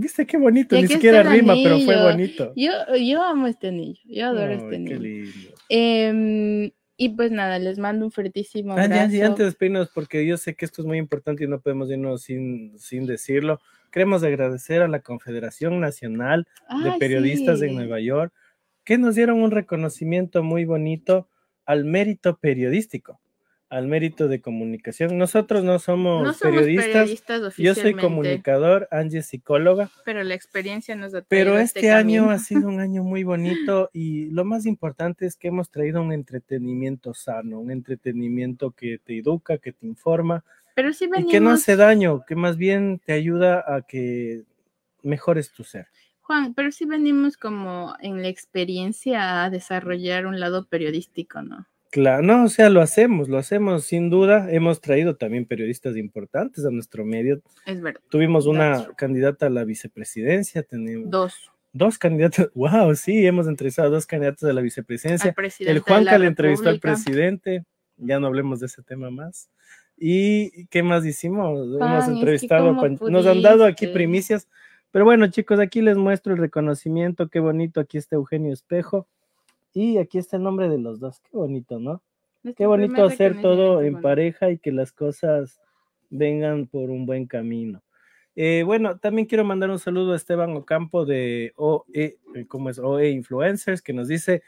¿Viste qué bonito? Y Ni aquí siquiera está el rima, pero fue anillo. bonito. Yo amo este anillo, yo adoro Ay, este qué anillo. lindo. Y pues nada, les mando un fuertísimo Angie, abrazo. antes de despedirnos, porque yo sé que esto es muy importante y no podemos irnos sin decirlo, queremos agradecer a la Confederación Nacional de Ay, Periodistas en sí. Nueva York, que nos dieron un reconocimiento muy bonito al mérito periodístico, al mérito de comunicación. Nosotros no No somos somos periodistas, periodistas yo soy oficialmente, comunicador, Angie es psicóloga, pero la experiencia nos ha pero traído este año camino. ha sido un año muy bonito y lo más importante es que hemos traído un entretenimiento sano, un entretenimiento que te educa, que te informa Pero sí y que no venimos, hace daño, que más bien te ayuda a que mejores tu ser. Juan, pero sí venimos como en la experiencia a desarrollar un lado periodístico, ¿no? Claro, no, o sea, lo hacemos sin duda. Hemos traído también periodistas importantes a nuestro medio. Es verdad. Tuvimos una That's true. candidata a la vicepresidencia, tenemos Dos. candidatos. Wow, sí, hemos entrevistado a 2 candidatos a la vicepresidencia. Al presidente El Juanca de la le entrevistó al República. presidente, ya no hablemos de ese tema más. ¿Y qué más hicimos? Juan, Hemos es que entrevistado, ¿cómo nos han dado aquí pudiste? primicias. Pero bueno, chicos, aquí les muestro el reconocimiento, qué bonito. Aquí está Eugenio Espejo y aquí está el nombre de los dos, qué bonito, ¿no? Qué Nuestro bonito primer hacer todo reconocimiento, en Juan. pareja y que las cosas vengan por un buen camino. Bueno, también quiero mandar un saludo a Esteban Ocampo de OE, ¿cómo es? OE Influencers, que nos dice,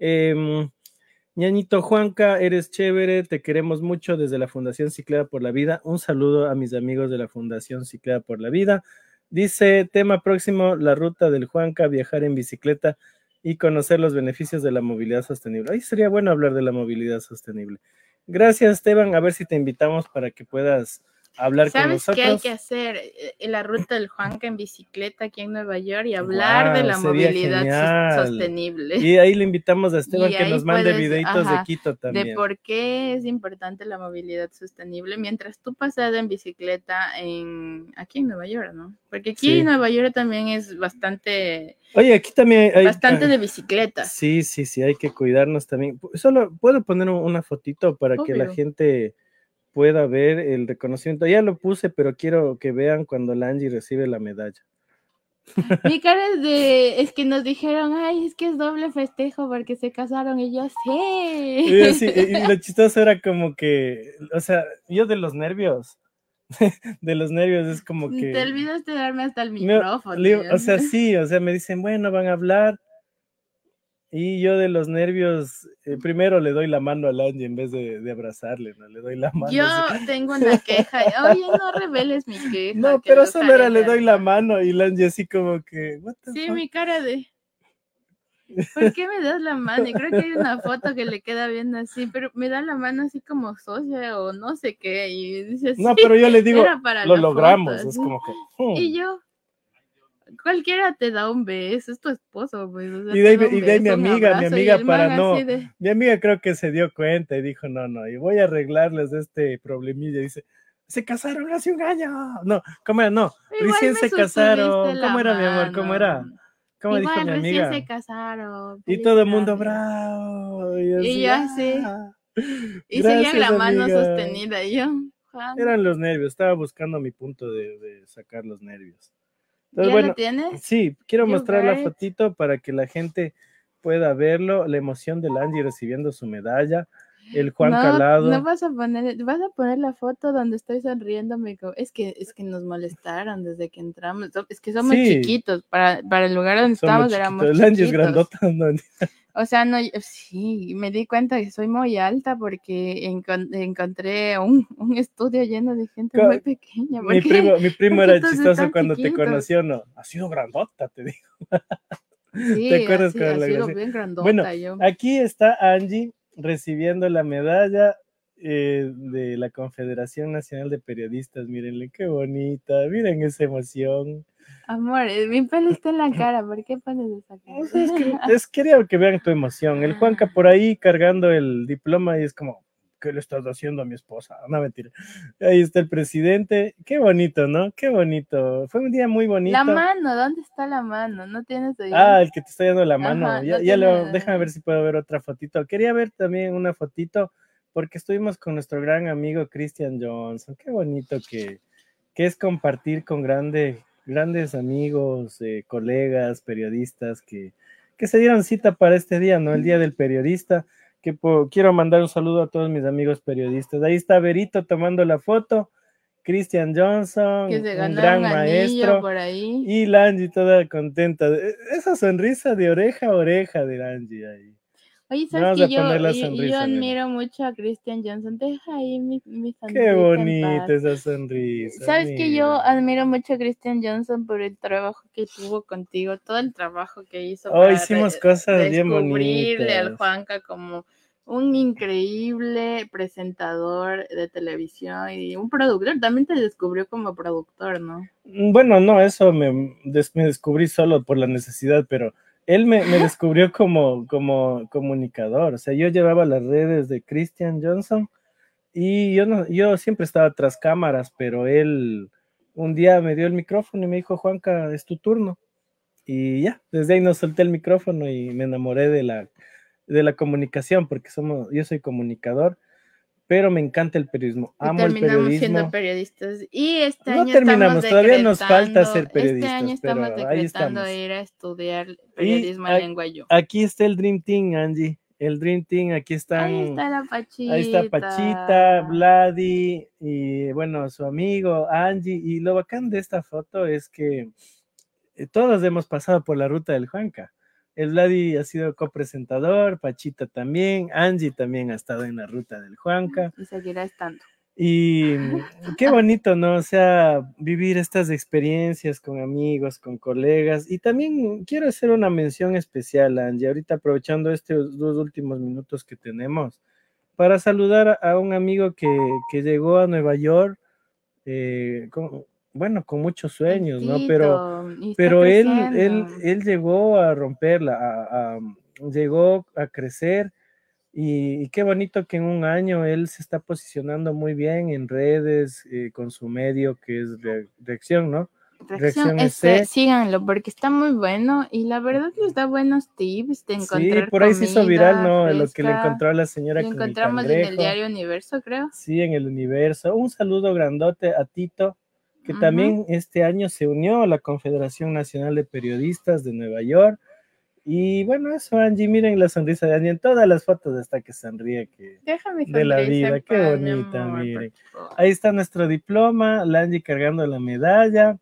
Ñañito Juanca, eres chévere, te queremos mucho desde la Fundación Ciclada por la Vida. Un saludo a mis amigos de la Fundación Ciclada por la Vida. Dice, tema próximo, la ruta del Juanca, viajar en bicicleta y conocer los beneficios de la movilidad sostenible. Ahí sería bueno hablar de la movilidad sostenible. Gracias, Esteban. A ver si te invitamos para que puedas hablar con nosotros. ¿Sabes qué hay que hacer? La ruta del Juanca en bicicleta aquí en Nueva York y hablar de la movilidad sostenible. Y ahí le invitamos a Esteban Y que nos mande videitos de Quito de también. por qué es importante la movilidad sostenible mientras tú pasas en bicicleta aquí en Nueva York, ¿no? Porque aquí Sí. en Nueva York también es bastante... Oye, aquí también hay bastante de bicicletas. Sí, hay que cuidarnos también. Solo puedo poner una fotito para que la Obvio. gente pueda ver el reconocimiento. Ya lo puse, pero quiero que vean cuando la Angie recibe la medalla. Mi cara es que nos dijeron, ay, es que es doble festejo porque se casaron y yo sé. Sí, y lo chistoso era como que, o sea, yo de los nervios es como que... Te olvidaste de darme hasta el micrófono. O sea, sí, o sea, me dicen, bueno, van a hablar. Y yo de los nervios, primero le doy la mano a Angie en vez de abrazarle, ¿no? Le doy la mano. Yo así. tengo una queja. Oye, no reveles mi queja. No, pero solo era le doy la mano y Angie así como que, what the Sí, fuck? mi cara de... ¿Por qué me das la mano? Y creo que hay una foto que le queda bien así, pero me da la mano así como socia o no sé qué. Y dice, no, pero yo le digo, lo logramos. Foto, es como que... Y yo... Cualquiera te da un beso, es tu esposo, pues. O sea, y de ahí mi amiga para no, mi amiga creo que se dio cuenta y dijo, no, y voy a arreglarles este problemilla. Y dice, se casaron hace un año. No, ¿cómo era? No, recién se casaron. ¿Cómo era, mi amor? ¿Cómo era? ¿Cómo dijo mi amiga? Recién se casaron. Y todo el mundo bravo. Y yo así. Y seguía la mano sostenida. Y yo, Juan. Eran los nervios, estaba buscando mi punto de sacar los nervios. Entonces, ¿Ya bueno, lo tienes? Sí, quiero mostrar la fotito para que la gente pueda verlo, la emoción de Angie recibiendo su medalla, el Juan Calado. No vas a poner la foto donde estoy sonriendo, es que nos molestaron desde que entramos, es que somos chiquitos, para el lugar donde estábamos éramos chiquitos. El Angie es grandota, ¿no? O sea, no, sí, me di cuenta que soy muy alta porque encontré un estudio lleno de gente muy pequeña. Mi primo era chistoso cuando te conoció, ¿no? Ha sido grandota, te digo. Sí, ¿te acuerdas ha sido bien grandota. Bueno, aquí está Angie recibiendo la medalla de la Confederación Nacional de Periodistas. Mírenle, qué bonita, miren esa emoción. Amor, mi pelo está en la cara, ¿por qué pones esa cara? Quería que vean tu emoción. El Juanca por ahí cargando el diploma y es como, ¿qué le estás haciendo a mi esposa? No, mentira. Ahí está el presidente. Qué bonito, ¿no? Qué bonito. Fue un día muy bonito. La mano, ¿dónde está la mano? ¿No tienes ahí? El que te está dando la mano. Ajá, déjame ver si puedo ver otra fotito. Quería ver también una fotito porque estuvimos con nuestro gran amigo Christian Johnson. Qué bonito que es compartir con grandes amigos, colegas, periodistas que se dieron cita para este día, ¿no? El Día del Periodista, quiero mandar un saludo a todos mis amigos periodistas. Ahí está Berito tomando la foto, Christian Johnson, Que se un ganó gran un anillo maestro, por ahí. y la Angie toda contenta. Esa sonrisa de oreja a oreja de la Angie ahí. Oye, ¿sabes Vamos que a poner la yo sonrisa, Memo. admiro mucho a Christian Johnson? Deja ahí mi Qué sonrisa en bonita paz. esa sonrisa, ¿Sabes que yo mira. admiro mucho a Christian Johnson por el trabajo que tuvo contigo? Todo el trabajo que hizo Oh, para hicimos cosas bien descubrirle al bonitas. Juanca como un increíble presentador de televisión y un productor. También te descubrió como productor, ¿no? Bueno, no, eso me descubrí solo por la necesidad, pero él me descubrió como comunicador. O sea, yo llevaba las redes de Christian Johnson y yo siempre estaba tras cámaras, pero él un día me dio el micrófono y me dijo, Juanca, es tu turno. Y ya, desde ahí no solté el micrófono y me enamoré de la comunicación, porque yo soy comunicador, pero me encanta el periodismo, Y amo el terminamos siendo periodismo. periodistas. Y este No año estamos terminamos, todavía nos falta decretando, ser periodistas, pero ahí estamos. ir a estudiar Y periodismo en lengua yo. aquí está el Dream Team, Angie. El Dream Team, aquí Ahí están, está la ahí está Pachita, Pachita. Vladi y bueno, su amigo Angie. Y lo bacán de esta foto es que todos hemos pasado por la ruta del Juanca. El Vladi ha sido copresentador, Pachita también, Angie también ha estado en la ruta del Juanca. Y seguirá estando. Y qué bonito, ¿no? O sea, vivir estas experiencias con amigos, con colegas. Y también quiero hacer una mención especial, Angie, ahorita aprovechando estos 2 últimos minutos que tenemos, para saludar a un amigo que llegó a Nueva York, bueno, con muchos El sueños, ¿no? Pero, Tito. Y está pero él, él, creciendo. él llegó a romperla, llegó a crecer. Y qué bonito que en un año él se está posicionando muy bien en redes, con su medio que es Reacción, ¿no? Reacción, Reacción SC. síganlo porque está muy bueno y la verdad les da buenos tips de Sí, encontrar por ahí se hizo viral, comida ¿no? Lo que le fresca. encontró a la señora Lo con el encontramos en el cangrejo. diario Universo, creo. Sí, en el universo. Un saludo grandote a Tito, que Ujú. también este año se unió a la Confederación Nacional de Periodistas de Nueva York. Y bueno, eso, Angie, miren la sonrisa de Angie. En todas las fotos está que sonríe Déjame de la sonreír vida. en Qué paz, mi bonita, amor, por miren. favor. Ahí está nuestro diploma, la Angie cargando la medalla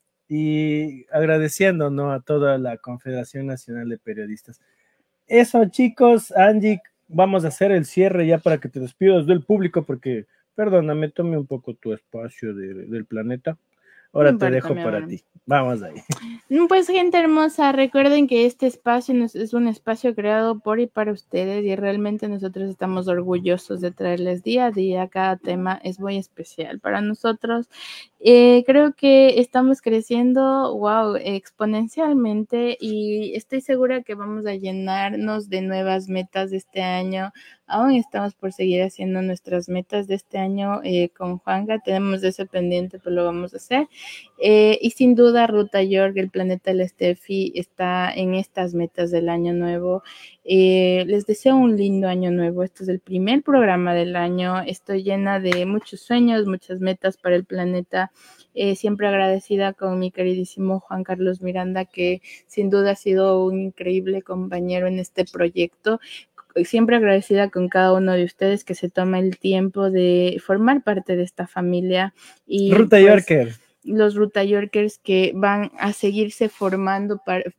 y agradeciendo, ¿no? A toda la Confederación Nacional de Periodistas. Eso, chicos, Angie, vamos a hacer el cierre ya para que te despidas del público, porque, perdóname, tome un poco tu espacio del planeta. No Ahora te importa, dejo mi para amor. ti. Vamos ahí. Pues gente hermosa, recuerden que este espacio es un espacio creado por y para ustedes y realmente nosotros estamos orgullosos de traerles día a día cada tema, es muy especial para nosotros. Creo que estamos creciendo, wow, exponencialmente y estoy segura que vamos a llenarnos de nuevas metas de este año. Aún estamos por seguir haciendo nuestras metas de este año con Juanga, tenemos ese pendiente, pero lo vamos a hacer. Y sin duda Ruta York, el planeta del Steffi, está en estas metas del año nuevo. Les deseo un lindo año nuevo. Este es el primer programa del año. Estoy llena de muchos sueños, muchas metas para el planeta. Siempre agradecida con mi queridísimo Juan Carlos Miranda, que sin duda ha sido un increíble compañero en este proyecto. Siempre agradecida con cada uno de ustedes que se toma el tiempo de formar parte de esta familia y Ruta pues Yorker. los Ruta Yorkers que van a seguir formando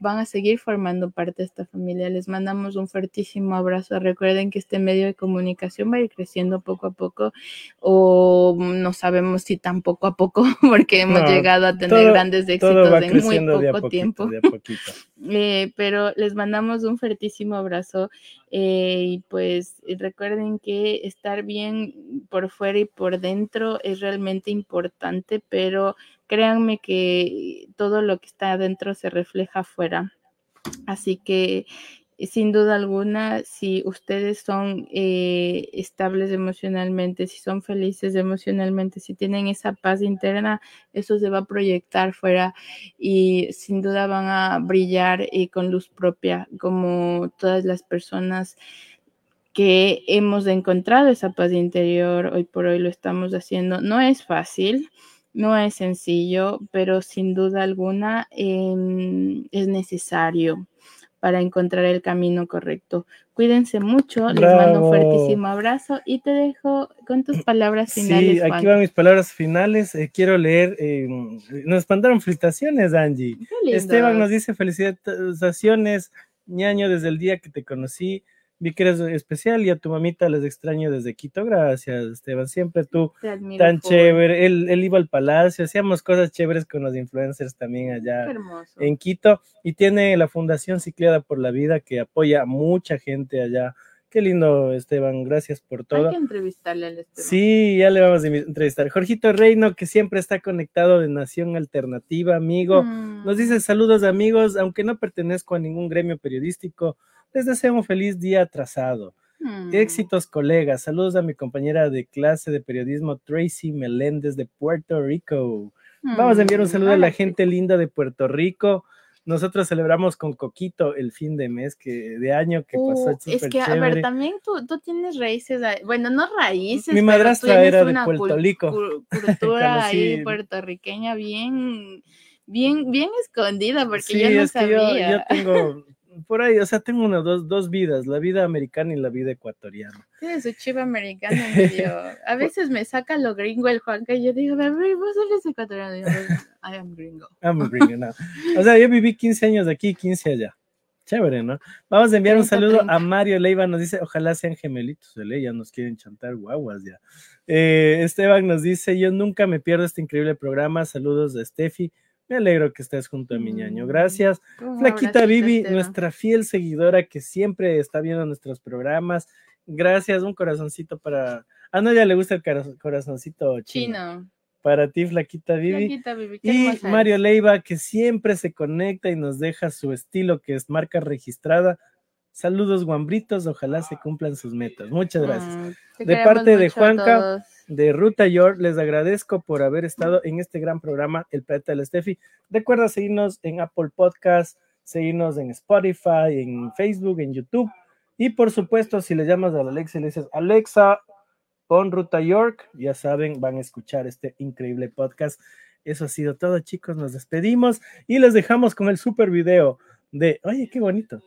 parte de esta familia. Les mandamos un fuertísimo abrazo. Recuerden que este medio de comunicación va a ir creciendo poco a poco, o no sabemos si tan poco a poco, porque hemos llegado a tener grandes todo éxitos va en muy creciendo de a poco poquito, tiempo. de a poquito. Pero les mandamos un fuertísimo abrazo y pues recuerden que estar bien por fuera y por dentro es realmente importante, pero créanme que todo lo que está adentro se refleja afuera. Así que sin duda alguna, si ustedes son estables emocionalmente, si son felices emocionalmente, si tienen esa paz interna, eso se va a proyectar fuera y sin duda van a brillar con luz propia, como todas las personas que hemos encontrado esa paz interior. Hoy por hoy lo estamos haciendo. No es fácil. No es sencillo, pero sin duda alguna es necesario para encontrar el camino correcto. Cuídense mucho, les mando un fuertísimo abrazo y te dejo con tus palabras finales. Sí, aquí van mis palabras finales. Quiero leer, nos mandaron felicitaciones, Angie. Esteban nos dice felicitaciones, ñaño, desde el día que te conocí. Vi que eres especial y a tu mamita les extraño desde Quito. Gracias, Esteban. Siempre tú tan chévere. Él iba al palacio, hacíamos cosas chéveres con los influencers también allá en Quito. Y tiene la Fundación Cicleada por la Vida que apoya a mucha gente allá. Qué lindo, Esteban. Gracias por todo. Hay que entrevistarle al Esteban. Sí, ya le vamos a entrevistar. Jorgito Reino, que siempre está conectado de Nación Alternativa, amigo. Nos dice saludos, amigos. Aunque no pertenezco a ningún gremio periodístico, les deseo un feliz día atrasado. Éxitos, colegas. Saludos a mi compañera de clase de periodismo, Tracy Meléndez, de Puerto Rico. Vamos a enviar un saludo a la gente linda de Puerto Rico. Nosotros celebramos con Coquito el fin de mes de año que pasó súper es que, chévere. A ver, también tú tienes raíces, bueno, no raíces, mi madrastra era de Puerto Rico. Cultura ahí puertorriqueña bien escondida, porque yo no sabía. Yo tengo por ahí, o sea, tengo dos vidas, la vida americana y la vida ecuatoriana. Tiene su chiva americana medio. A veces me saca lo gringo el Juanca y yo digo, a ver, vos eres ecuatoriano. Y yo, I am gringo. I'm gringo, no. O sea, yo viví 15 años de aquí, 15 allá. Chévere, ¿no? Vamos a enviar un saludo a Mario Leiva, nos dice, ojalá sean gemelitos de ley, ya nos quieren chantar guaguas ya. Esteban nos dice, yo nunca me pierdo este increíble programa, saludos a Steffi. Me alegro que estés junto a mi ñaño. Gracias. Flaquita Vivi, nuestra fiel seguidora que siempre está viendo nuestros programas. Gracias. Un corazoncito para... Ah, no, ya le gusta el corazoncito chino. Para ti, Flaquita Vivi. Flaquita Vivi, y Mario Leiva, que siempre se conecta y nos deja su estilo, que es marca registrada. Saludos, guambritos. Ojalá se cumplan sus metas. Muchas gracias. De parte de Juanca, de Ruta York, les agradezco por haber estado en este gran programa, El Planeta de la Steffi. Recuerda seguirnos en Apple Podcast, seguirnos en Spotify, en Facebook, en YouTube. Y por supuesto, si le llamas a la Alexa y le dices, Alexa, pon Ruta York, ya saben, van a escuchar este increíble podcast. Eso ha sido todo, chicos. Nos despedimos y les dejamos con el super video de... Oye, qué bonito.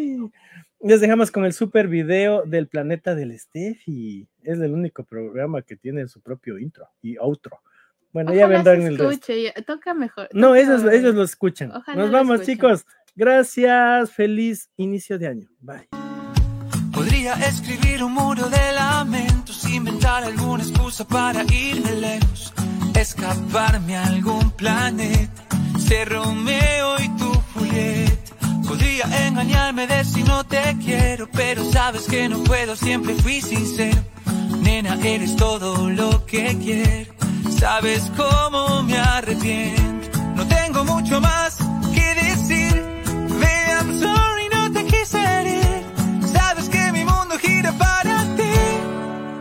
Les dejamos con el super video del Planeta del Steffi. Es el único programa que tiene su propio intro y outro. Bueno, ojalá ya vendrán el resto. Toca mejor. No, ellos lo escuchan. Ojalá. Nos vamos, chicos. Gracias. Feliz inicio de año. Bye. Podría escribir un muro de lamentos, inventar alguna excusa para irme lejos, escaparme a algún planeta, ser Romeo y tú Julieta. Podría engañarme, decir no te quiero, pero sabes que no puedo, siempre fui sincero. Nena, eres todo lo que quiero, sabes cómo me arrepiento. No tengo mucho más